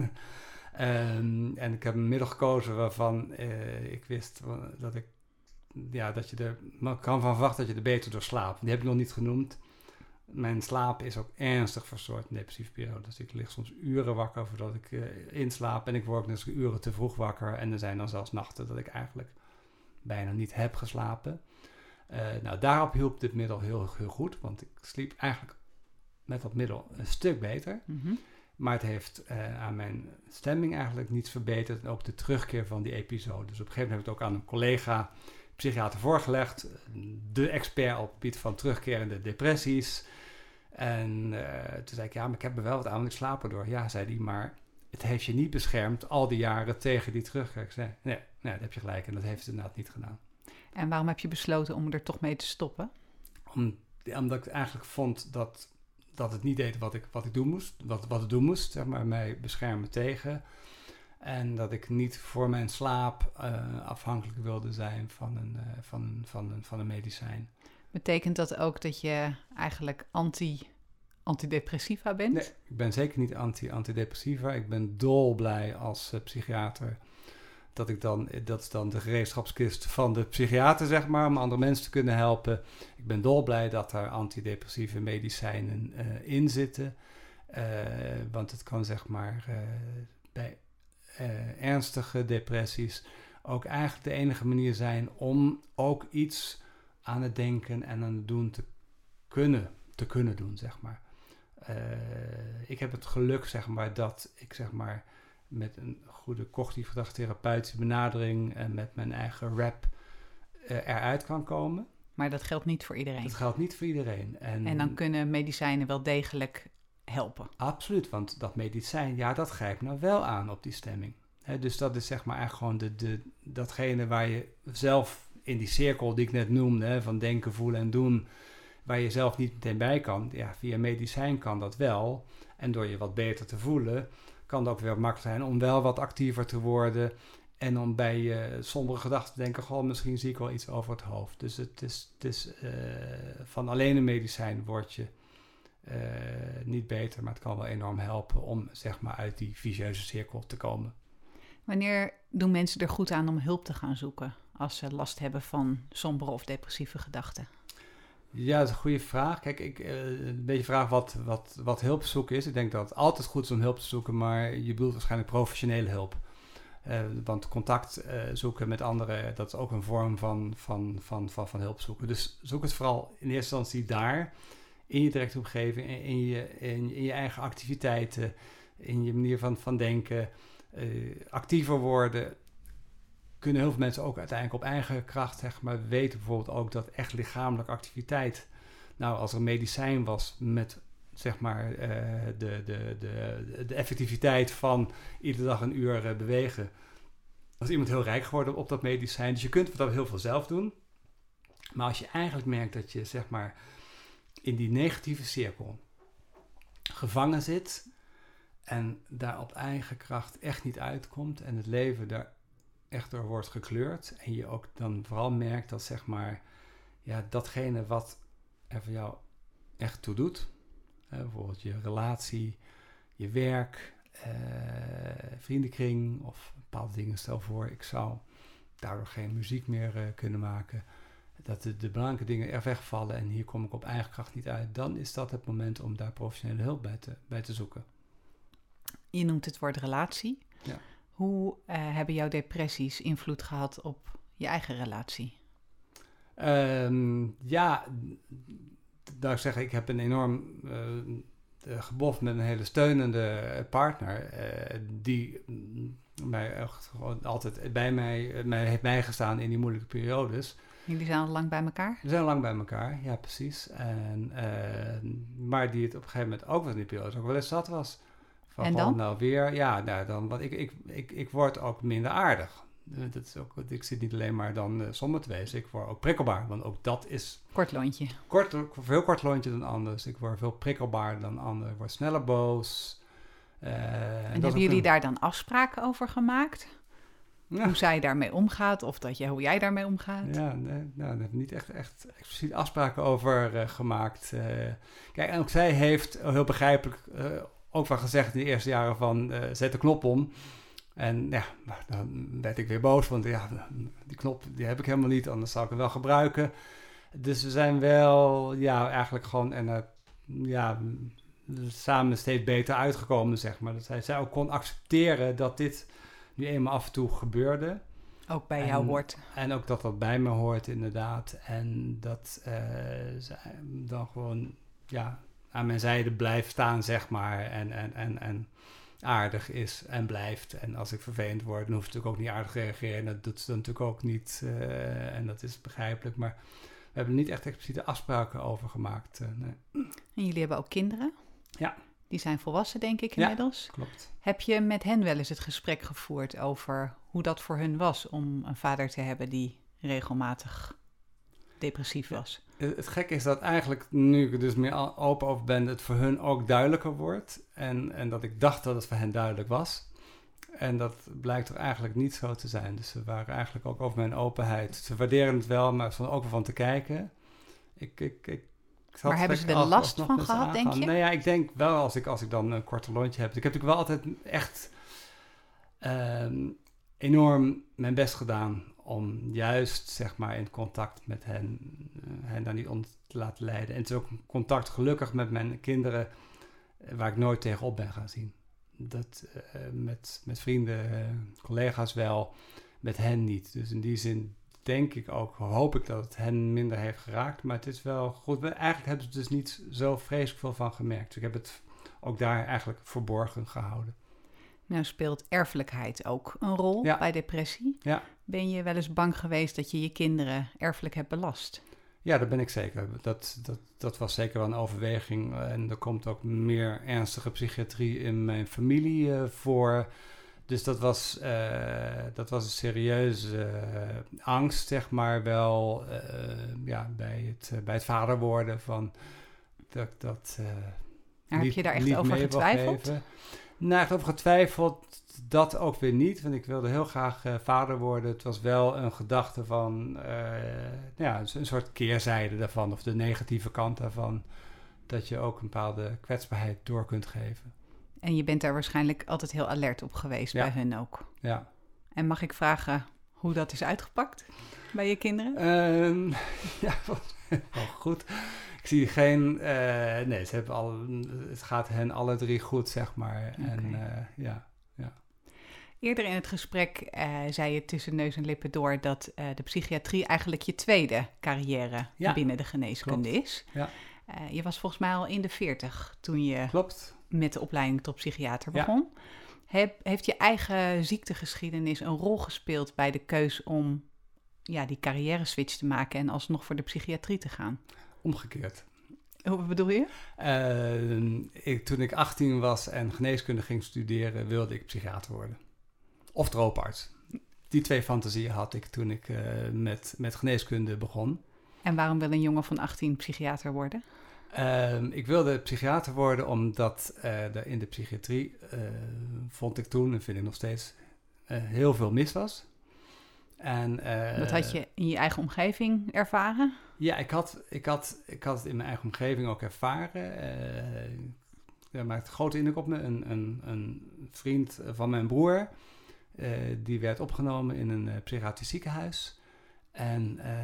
um, en ik heb een middel gekozen waarvan uh, ik wist dat ik, ja, dat je er kan van verwachten dat je er beter door slaapt. Die heb ik nog niet genoemd. Mijn slaap is ook ernstig verstoord in depressieve periode. Dus ik lig soms uren wakker voordat ik uh, inslaap. En ik word ook dus uren te vroeg wakker. En er zijn dan zelfs nachten dat ik eigenlijk bijna niet heb geslapen. Uh, nou, daarop hielp dit middel heel, heel goed. Want ik sliep eigenlijk met dat middel een stuk beter. Mm-hmm. Maar het heeft uh, aan mijn stemming eigenlijk niets verbeterd. En ook de terugkeer van die episode. Dus op een gegeven moment heb ik het ook aan een collega psychiater voorgelegd. De expert op het gebied van terugkerende depressies. En uh, toen zei ik, ja, maar ik heb er wel wat aan, want ik slaap erdoor. Ja, zei hij, maar het heeft je niet beschermd al die jaren tegen die terugkeer. Ik zei, nee, nee, dat heb je gelijk en dat heeft het inderdaad niet gedaan. En waarom heb je besloten om er toch mee te stoppen? Om, omdat ik eigenlijk vond dat, dat het niet deed wat ik, wat ik doen moest. Wat, wat het doen moest, zeg maar, mij beschermen tegen. En dat ik niet voor mijn slaap uh, afhankelijk wilde zijn van een, uh, van, van, een, van een medicijn. Betekent dat ook dat je eigenlijk anti, antidepressiva bent? Nee, ik ben zeker niet anti, antidepressiva. Ik ben dolblij als uh, psychiater dat ik dan, dat is dan de gereedschapskist van de psychiater, zeg maar, om andere mensen te kunnen helpen. Ik ben dolblij dat er antidepressieve medicijnen uh, in zitten. Uh, want het kan, zeg maar, uh, bij uh, ernstige depressies ook eigenlijk de enige manier zijn om ook iets aan het denken en aan het doen te kunnen, te kunnen doen, zeg maar. Uh, ik heb het geluk, zeg maar, dat ik, zeg maar, met een goede cognitief gedragstherapeutische benadering en met mijn eigen rap uh, eruit kan komen. Maar dat geldt niet voor iedereen. Dat geldt niet voor iedereen. En, en dan kunnen medicijnen wel degelijk helpen. Absoluut, want dat medicijn, ja, dat grijpt nou wel aan op die stemming. He, dus dat is, zeg maar, eigenlijk gewoon de, de, datgene waar je zelf in die cirkel die ik net noemde, he, van denken, voelen en doen, waar je zelf niet meteen bij kan. Ja, via medicijn kan dat wel. En door je wat beter te voelen, kan het ook weer makkelijk zijn om wel wat actiever te worden. En om bij je sombere gedachten te denken, goh, misschien zie ik wel iets over het hoofd. Dus het is, het is uh, van alleen een medicijn word je uh, niet beter, maar het kan wel enorm helpen om, zeg maar, uit die vicieuze cirkel te komen. Wanneer doen mensen er goed aan om hulp te gaan zoeken als ze last hebben van sombere of depressieve gedachten? Ja, dat is een goede vraag. Kijk, ik uh, een beetje vraag wat, wat, wat hulp zoeken is. Ik denk dat het altijd goed is om hulp te zoeken, maar je bedoelt waarschijnlijk professionele hulp. Uh, want contact uh, zoeken met anderen, dat is ook een vorm van, van, van, van, van hulp zoeken. Dus zoek het vooral in eerste instantie daar, in je directe omgeving, in, in, je, in, in je eigen activiteiten, in je manier van, van denken, uh, actiever worden. Kunnen heel veel mensen ook uiteindelijk op eigen kracht, zeg maar, weten bijvoorbeeld ook dat echt lichamelijke activiteit, nou, als er een medicijn was met, zeg maar, uh, de, de, de, de effectiviteit van iedere dag een uur uh, bewegen, was iemand heel rijk geworden op dat medicijn. Dus je kunt dat heel veel zelf doen. Maar als je eigenlijk merkt dat je, zeg maar, in die negatieve cirkel gevangen zit en daar op eigen kracht echt niet uitkomt en het leven daar echt door wordt gekleurd en je ook dan vooral merkt dat, zeg maar, ja, datgene wat er voor jou echt toe doet, hè, bijvoorbeeld je relatie, je werk, uh, vriendenkring of bepaalde dingen. Stel voor, ik zou daardoor geen muziek meer uh, kunnen maken. Dat de, de belangrijke dingen er wegvallen en hier kom ik op eigen kracht niet uit. Dan is dat het moment om daar professionele hulp bij te, bij te zoeken. Je noemt het woord relatie. Ja. Hoe uh, hebben jouw depressies invloed gehad op je eigen relatie? Um, ja, nou ik zeg, ik heb een enorm uh, gebof met een hele steunende partner. Uh, die mij echt gewoon altijd bij mij, mij heeft bijgestaan in die moeilijke periodes. Jullie zijn al lang bij elkaar? We zijn lang bij elkaar, ja precies. En, uh, maar die het op een gegeven moment ook wel in die periode ook wel eens zat was. Van en gewoon, dan? Nou weer, ja, nou dan, want ik, ik, ik, ik word ook minder aardig. Dat is ook, ik zit niet alleen maar dan uh, somber te wezen, ik word ook prikkelbaar. Want ook dat is... Kort lontje. Kort, veel kort lontje dan anders. Ik word veel prikkelbaarder dan anderen. Ik word sneller boos. Uh, en en hebben jullie een... daar dan afspraken over gemaakt? Ja. Hoe zij daarmee omgaat of dat je, hoe jij daarmee omgaat? Ja, nee, nou, daar hebben we niet echt, echt expliciet afspraken over uh, gemaakt. Uh, kijk, en ook zij heeft heel begrijpelijk uh, ook wel gezegd in de eerste jaren van uh, zet de knop om. En ja, dan werd ik weer boos, want ja, die knop die heb ik helemaal niet, anders zou ik hem wel gebruiken. Dus we zijn wel, ja, eigenlijk gewoon en uh, ja, samen steeds beter uitgekomen, zeg maar. Dat zij, zij ook kon accepteren dat dit nu eenmaal af en toe gebeurde. Ook bij en, jou hoort. En ook dat dat bij me hoort, inderdaad. En dat uh, zij dan gewoon, ja, aan mijn zijde blijft staan, zeg maar. En, en, en, en aardig is en blijft. En als ik vervelend word, dan hoef ik natuurlijk ook niet aardig te reageren. En dat doet ze dan natuurlijk ook niet. Uh, en dat is begrijpelijk. Maar we hebben er niet echt expliciete afspraken over gemaakt. Uh, nee. En jullie hebben ook kinderen? Ja. Die zijn volwassen, denk ik, inmiddels. Ja, klopt. Heb je met hen wel eens het gesprek gevoerd over hoe dat voor hun was om een vader te hebben die regelmatig depressief was? Ja, het gekke is dat eigenlijk, nu ik er dus meer open over ben, het voor hun ook duidelijker wordt. En, en dat ik dacht dat het voor hen duidelijk was. En dat blijkt toch eigenlijk niet zo te zijn. Dus ze waren eigenlijk ook over mijn openheid. Ze waarderen het wel, maar ze ook wel van te kijken. Ik, ik, ik Maar hebben ze er last van gehad, denk je? Nee, ja, ik denk wel als ik, als ik dan een korte lontje heb. Ik heb natuurlijk wel altijd echt um, enorm mijn best gedaan om juist, zeg maar, in contact met hen, uh, hen daar niet onder te laten leiden. En het is ook contact gelukkig met mijn kinderen, uh, waar ik nooit tegenop ben gaan zien. Dat uh, met, met vrienden, uh, collega's wel, met hen niet. Dus in die zin denk ik ook, hoop ik dat het hen minder heeft geraakt. Maar het is wel goed. Maar eigenlijk hebben ze er dus niet zo vreselijk veel van gemerkt. Dus ik heb het ook daar eigenlijk verborgen gehouden. Nou speelt erfelijkheid ook een rol ja. bij depressie. Ja. Ben je wel eens bang geweest dat je je kinderen erfelijk hebt belast? Ja, dat ben ik zeker. Dat, dat, dat was zeker wel een overweging. En er komt ook meer ernstige psychiatrie in mijn familie uh, voor. Dus dat was, uh, dat was een serieuze uh, angst, zeg maar, wel uh, ja, bij, het, uh, bij het vader worden. Van, dat, dat, uh, niet, heb je daar echt over getwijfeld? Nou, echt over getwijfeld, dat ook weer niet. Want ik wilde heel graag uh, vader worden. Het was wel een gedachte van, uh, ja, een soort keerzijde daarvan. Of de negatieve kant daarvan. Dat je ook een bepaalde kwetsbaarheid door kunt geven. En je bent daar waarschijnlijk altijd heel alert op geweest, ja. bij hun ook. Ja. En mag ik vragen hoe dat is uitgepakt bij je kinderen? Um, ja, wel goed. Ik zie geen... Uh, nee, ze hebben al, het gaat hen alle drie goed, zeg maar. Okay. En uh, ja, ja. Eerder in het gesprek uh, zei je tussen neus en lippen door dat uh, de psychiatrie eigenlijk je tweede carrière ja. binnen de geneeskunde Klopt. is. Ja. Uh, je was volgens mij al in de veertig toen je... Klopt. met de opleiding tot psychiater begon. Ja. He, heeft je eigen ziektegeschiedenis een rol gespeeld bij de keus om ja, die carrière switch te maken en alsnog voor de psychiatrie te gaan? Omgekeerd. Hoe bedoel je? Uh, ik, toen ik achttien was en geneeskunde ging studeren, wilde ik psychiater worden. Of trooparts. Die twee fantasieën had ik toen ik uh, met, met geneeskunde begon. En waarom wil een jongen van achttien psychiater worden? Uh, ik wilde psychiater worden omdat uh, er in de psychiatrie, uh, vond ik toen en vind ik nog steeds, uh, heel veel mis was. En, uh, dat had je in je eigen omgeving ervaren? Ja, ik had, ik, had, ik had het in mijn eigen omgeving ook ervaren. Uh, ja, maakte grote indruk op me. Een, een, een vriend van mijn broer, uh, die werd opgenomen in een uh, psychiatrisch ziekenhuis. En uh,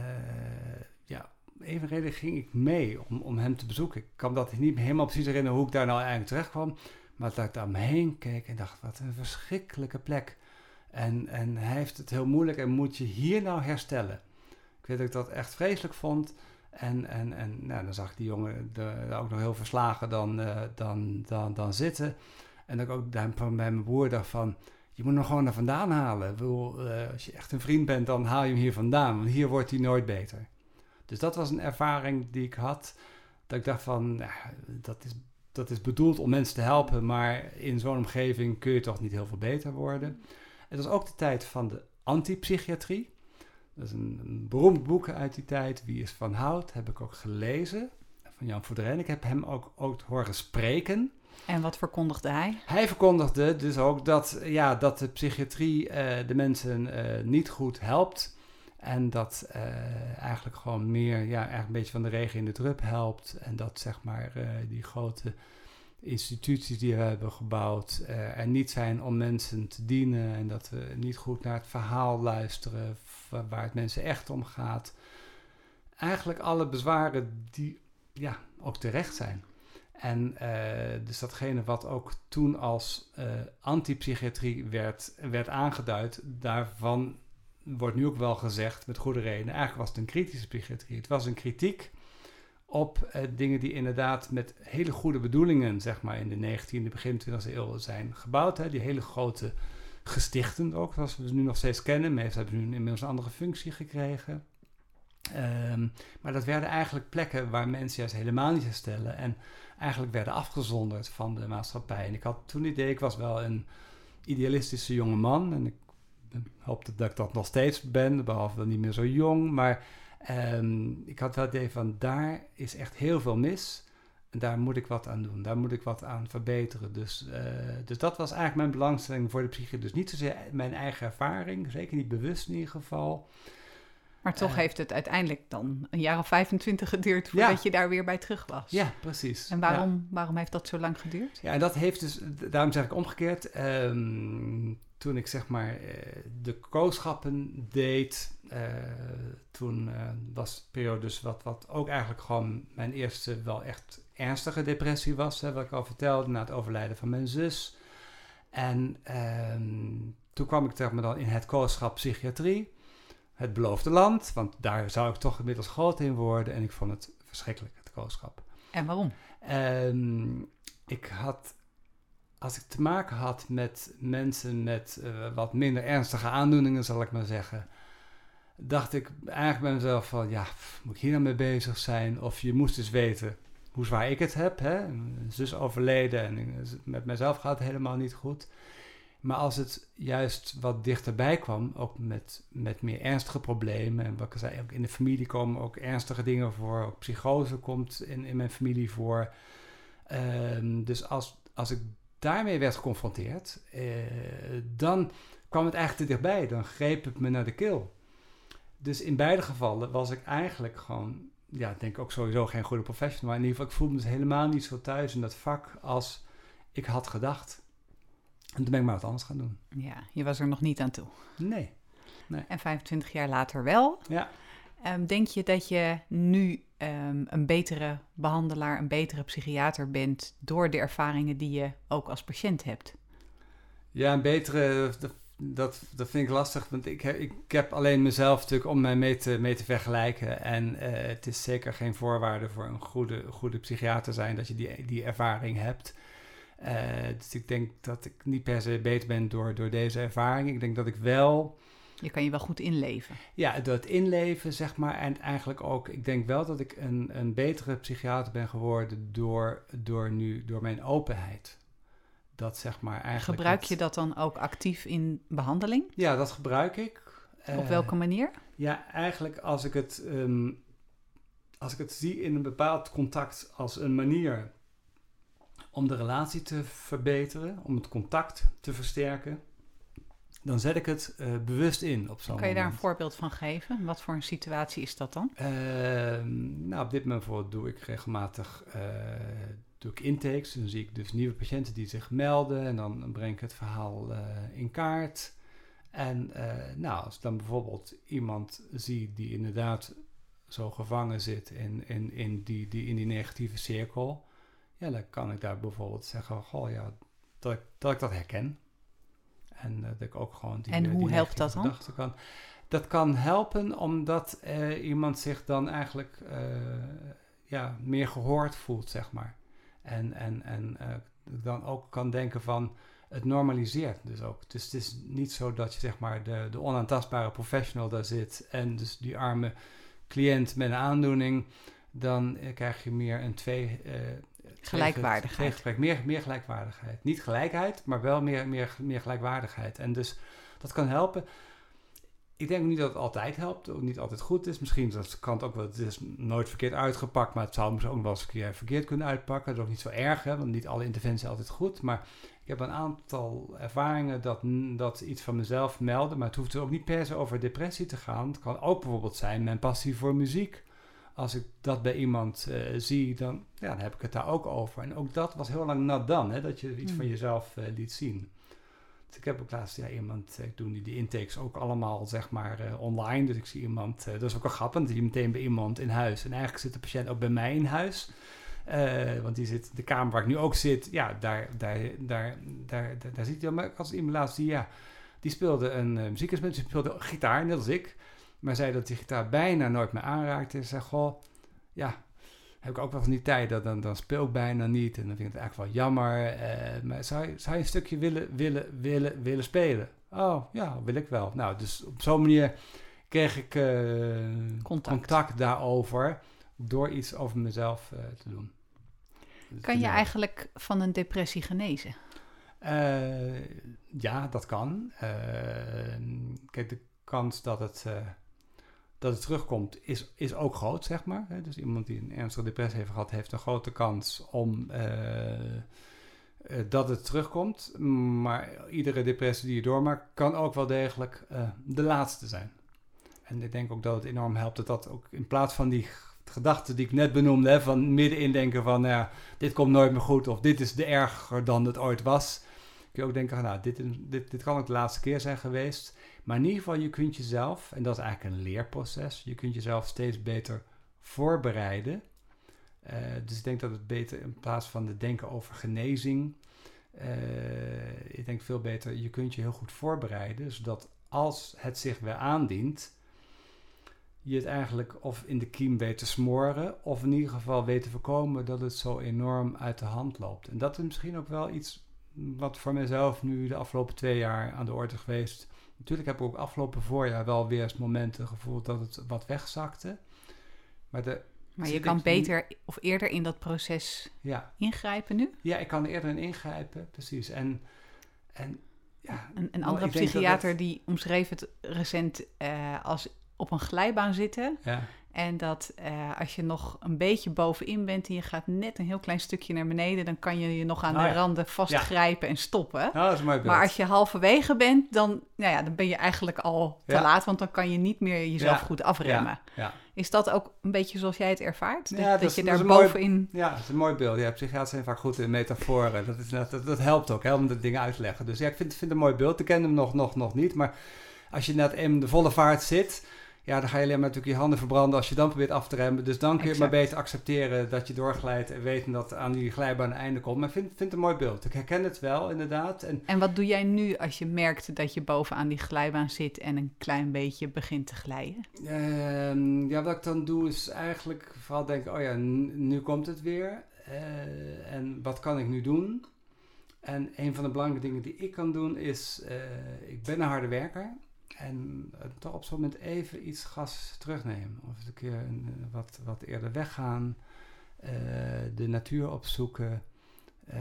ja, even reden ging ik mee om, om hem te bezoeken. Ik kan dat niet helemaal precies herinneren hoe ik daar nou eigenlijk terecht kwam. Maar dat ik daar omheen keek en dacht, wat een verschrikkelijke plek. En, en hij heeft het heel moeilijk en moet je hier nou herstellen. Ik weet dat ik dat echt vreselijk vond. En, en, en nou, dan zag ik die jongen er ook nog heel verslagen dan, uh, dan, dan, dan zitten. En dat ik ook daar bij mijn broer dacht van, je moet hem gewoon naar vandaan halen. Ik bedoel, uh, als je echt een vriend bent, dan haal je hem hier vandaan. Want hier wordt hij nooit beter. Dus dat was een ervaring die ik had. Dat ik dacht van, nou, dat, is, dat is bedoeld om mensen te helpen. Maar in zo'n omgeving kun je toch niet heel veel beter worden. Het was ook de tijd van de antipsychiatrie. Dat is een, een beroemd boek uit die tijd. Wie is van Hout? Heb ik ook gelezen. Van Jan Voudrijn. Ik heb hem ook, ook horen spreken. En wat verkondigde hij? Hij verkondigde dus ook dat, ja, dat de psychiatrie uh, de mensen uh, niet goed helpt. En dat uh, eigenlijk gewoon meer, ja, eigenlijk een beetje van de regen in de drup helpt. En dat zeg maar uh, die grote instituties die we hebben gebouwd uh, er niet zijn om mensen te dienen. En dat we niet goed naar het verhaal luisteren waar het mensen echt om gaat. Eigenlijk alle bezwaren die ja, ook terecht zijn. En uh, dus datgene wat ook toen als uh, antipsychiatrie werd, werd aangeduid, daarvan wordt nu ook wel gezegd, met goede reden, eigenlijk was het een kritische psychiatrie. Het was een kritiek op uh, dingen die inderdaad met hele goede bedoelingen, zeg maar in de negentiende, begin twintigste eeuw zijn gebouwd. Hè. Die hele grote gestichten ook, zoals we ze nu nog steeds kennen. Meestal hebben ze nu inmiddels een andere functie gekregen. Um, maar dat werden eigenlijk plekken waar mensen juist helemaal niet herstellen en eigenlijk werden afgezonderd van de maatschappij. En ik had toen het idee, ik was wel een idealistische jonge man en ik hoopte dat ik dat nog steeds ben, behalve dan niet meer zo jong. Maar um, ik had wel het idee van, daar is echt heel veel mis en daar moet ik wat aan doen. Daar moet ik wat aan verbeteren. Dus, uh, dus dat was eigenlijk mijn belangstelling voor de psychiatrie. Dus niet zozeer mijn eigen ervaring, zeker niet bewust in ieder geval. Maar toch uh, heeft het uiteindelijk dan een jaar of vijfentwintig geduurd voordat ja. je daar weer bij terug was. Ja, precies. En waarom, ja. waarom heeft dat zo lang geduurd? Ja, en dat heeft dus, daarom zeg ik omgekeerd, um, toen ik zeg maar uh, de kooschappen deed, uh, toen uh, was de periode dus wat, wat ook eigenlijk gewoon mijn eerste wel echt ernstige depressie was, hè, wat ik al vertelde, na het overlijden van mijn zus. En um, toen kwam ik zeg maar dan in het kooschap psychiatrie. Het beloofde land, want daar zou ik toch inmiddels groot in worden. En ik vond het verschrikkelijk, het kooschap. En waarom? Um, ik had, als ik te maken had met mensen met uh, wat minder ernstige aandoeningen, zal ik maar zeggen, dacht ik eigenlijk bij mezelf van, ja, pff, moet ik hier nou mee bezig zijn? Of je moest dus weten hoe zwaar ik het heb. Hè? Een zus overleden en met mezelf gaat het helemaal niet goed. Maar als het juist wat dichterbij kwam, ook met, met meer ernstige problemen, en wat ik zei, ook in de familie komen ook ernstige dingen voor, ook psychose komt in, in mijn familie voor. Um, dus als, als ik daarmee werd geconfronteerd, uh, dan kwam het eigenlijk te dichtbij, dan greep het me naar de keel. Dus in beide gevallen was ik eigenlijk gewoon, ja, ik denk ook sowieso geen goede professional, maar in ieder geval, ik voelde me dus helemaal niet zo thuis in dat vak als ik had gedacht. En toen ben ik maar wat anders gaan doen. Ja, je was er nog niet aan toe. Nee. nee. En vijfentwintig jaar later wel. Ja. Um, denk je dat je nu um, een betere behandelaar, een betere psychiater bent door de ervaringen die je ook als patiënt hebt? Ja, een betere, dat, dat, dat vind ik lastig. Want ik heb, ik heb alleen mezelf natuurlijk om mij mee te, mee te vergelijken. En uh, het is zeker geen voorwaarde voor een goede, goede psychiater zijn dat je die, die ervaring hebt. Uh, dus ik denk dat ik niet per se beter ben door, door deze ervaring. Ik denk dat ik wel... Je kan je wel goed inleven. Ja, door het inleven, zeg maar. En eigenlijk ook, ik denk wel dat ik een, een betere psychiater ben geworden door, door nu, door mijn openheid. Dat zeg maar eigenlijk... Gebruik het, je dat dan ook actief in behandeling? Ja, dat gebruik ik. Op uh, welke manier? Ja, eigenlijk als ik het, um, als ik het zie in een bepaald contact als een manier om de relatie te verbeteren, om het contact te versterken, dan zet ik het uh, bewust in op zo'n Kan je moment. daar een voorbeeld van geven? Wat voor een situatie is dat dan? Uh, nou, op dit moment doe ik regelmatig uh, doe ik intakes. Dan zie ik dus nieuwe patiënten die zich melden. En dan breng ik het verhaal uh, in kaart. En uh, nou, als ik dan bijvoorbeeld iemand zie die inderdaad zo gevangen zit in, in, in, die, die, in die negatieve cirkel. Ja, dan kan ik daar bijvoorbeeld zeggen, goh ja, dat ik dat, ik dat herken. En uh, dat ik ook gewoon die En hoe die helpt dat dan? Kan. Dat kan helpen omdat uh, iemand zich dan eigenlijk uh, ja, meer gehoord voelt, zeg maar. En, en, en uh, dan ook kan denken van, het normaliseert dus ook. Dus het is niet zo dat je zeg maar de, de onaantastbare professional daar zit en dus die arme cliënt met een aandoening, dan uh, krijg je meer een twee... Uh, Gelijkwaardigheid. Twee, meer, meer gelijkwaardigheid. Niet gelijkheid, maar wel meer, meer, meer gelijkwaardigheid. En dus dat kan helpen. Ik denk niet dat het altijd helpt, of niet altijd goed is. Misschien dat kan het ook wel, het is nooit verkeerd uitgepakt, maar het zou misschien ook wel eens een keer verkeerd kunnen uitpakken. Dat is ook niet zo erg, hè, want niet alle interventies zijn altijd goed. Maar ik heb een aantal ervaringen dat, dat iets van mezelf melden, maar het hoeft er ook niet per se over depressie te gaan. Het kan ook bijvoorbeeld zijn mijn passie voor muziek. Als ik dat bij iemand uh, zie, dan, ja, dan heb ik het daar ook over. En ook dat was heel lang not done, hè, dat je iets mm. van jezelf uh, liet zien. Dus ik heb ook laatst ja, iemand, ik doe die, die intakes ook allemaal zeg maar uh, online. Dus ik zie iemand, uh, dat is ook wel grappig, dat je meteen bij iemand in huis. En eigenlijk zit de patiënt ook bij mij in huis. Uh, want die zit, de kamer waar ik nu ook zit, ja, daar, daar, daar, daar, daar, daar ziet hij. Maar als iemand laatst zie, ja, die speelde een uh, muziekinstrument, die speelde gitaar, net als ik. Maar zei dat die gitaar bijna nooit meer aanraakte. En zei, goh, ja, heb ik ook wel van die tijd, dat dan, dan speel ik bijna niet. En dan vind ik het eigenlijk wel jammer. Uh, maar zou je, zou je een stukje willen, willen, willen, willen spelen? Oh, ja, wil ik wel. Nou, dus op zo'n manier kreeg ik uh, contact. contact daarover, door iets over mezelf uh, te doen. Dus kan je eigenlijk van een depressie genezen? Uh, ja, dat kan. Uh, kijk, de kans dat het... Uh, dat het terugkomt, is, is ook groot, zeg maar. Dus iemand die een ernstige depressie heeft gehad, heeft een grote kans om uh, uh, dat het terugkomt. Maar iedere depressie die je doormaakt, kan ook wel degelijk uh, de laatste zijn. En ik denk ook dat het enorm helpt dat dat ook in plaats van die gedachten die ik net benoemde, hè, van middenin denken van, nou ja, dit komt nooit meer goed, of dit is de erger dan het ooit was. Kun je ook denken, nou, dit, dit, dit kan ook de laatste keer zijn geweest. Maar in ieder geval, je kunt jezelf, en dat is eigenlijk een leerproces, je kunt jezelf steeds beter voorbereiden. Uh, dus ik denk dat het beter, in plaats van te denken over genezing, uh, ik denk veel beter, je kunt je heel goed voorbereiden, zodat als het zich weer aandient, je het eigenlijk of in de kiem weet te smoren, of in ieder geval weet te voorkomen dat het zo enorm uit de hand loopt. En dat is misschien ook wel iets wat voor mezelf nu de afgelopen twee jaar aan de orde geweest. Natuurlijk heb ik ook afgelopen voorjaar wel weer eens momenten gevoeld dat het wat wegzakte. Maar, de, maar je kan beter of eerder in dat proces ja. ingrijpen nu? Ja, ik kan er eerder in ingrijpen, precies. En, en, ja, een, een andere psychiater dat... die omschreef het recent uh, als op een glijbaan zitten. Ja. En dat uh, als je nog een beetje bovenin bent en je gaat net een heel klein stukje naar beneden, dan kan je je nog aan oh, de ja. randen vastgrijpen ja. en stoppen. Oh, dat is mooi beeld. Maar als je halverwege bent, dan, nou ja, dan ben je eigenlijk al te ja. laat, want dan kan je niet meer jezelf ja. goed afremmen. Ja. Ja. Is dat ook een beetje zoals jij het ervaart? Ja, dat, dat, dat is, je dat daar bovenin... Mooi, ja, dat is een mooi beeld. Ja, psychiaters zijn vaak goed in metaforen. Dat, is, dat, dat helpt ook, hè, om de dingen uit te leggen. Dus ja, ik vind, vind het een mooi beeld. Ik ken hem nog, nog, nog niet, maar als je net in de volle vaart zit, ja, dan ga je alleen maar natuurlijk je handen verbranden als je dan probeert af te remmen. Dus dan kun je exact. maar beter accepteren dat je doorglijdt en weten dat aan die glijbaan een einde komt. Maar ik vind, vind het een mooi beeld. Ik herken het wel, inderdaad. En, en wat doe jij nu als je merkt dat je bovenaan die glijbaan zit en een klein beetje begint te glijden? Uh, ja, wat ik dan doe is eigenlijk vooral denken, oh ja, n- nu komt het weer. Uh, en wat kan ik nu doen? En een van de belangrijke dingen die ik kan doen is, uh, ik ben een harde werker. En uh, toch op zo'n moment even iets gas terugnemen. Of een keer een, uh, wat, wat eerder weggaan. Uh, de natuur opzoeken. Uh,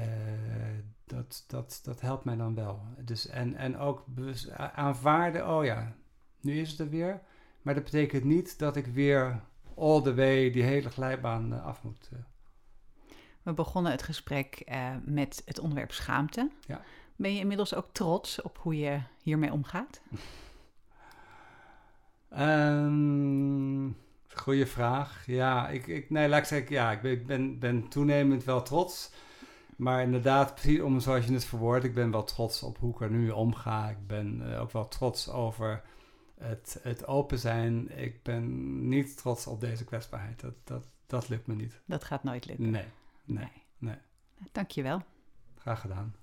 dat, dat, dat helpt mij dan wel. Dus, en, en ook bewust aanvaarden. Oh ja, nu is het er weer. Maar dat betekent niet dat ik weer all the way die hele glijbaan uh, af moet. Uh. We begonnen het gesprek uh, met het onderwerp schaamte. Ja. Ben je inmiddels ook trots op hoe je hiermee omgaat? Um, Goeie vraag. Ja, ik, ik, nee, laat ik zeggen, ja, ik ben, ben, ben toenemend wel trots. Maar inderdaad, precies om zoals je het verwoordt, ik ben wel trots op hoe ik er nu omga. Ik ben uh, ook wel trots over het, het open zijn. Ik ben niet trots op deze kwetsbaarheid. Dat, dat, dat lukt me niet. Dat gaat nooit lukken. Nee, nee, nee. Dank je wel. Graag gedaan.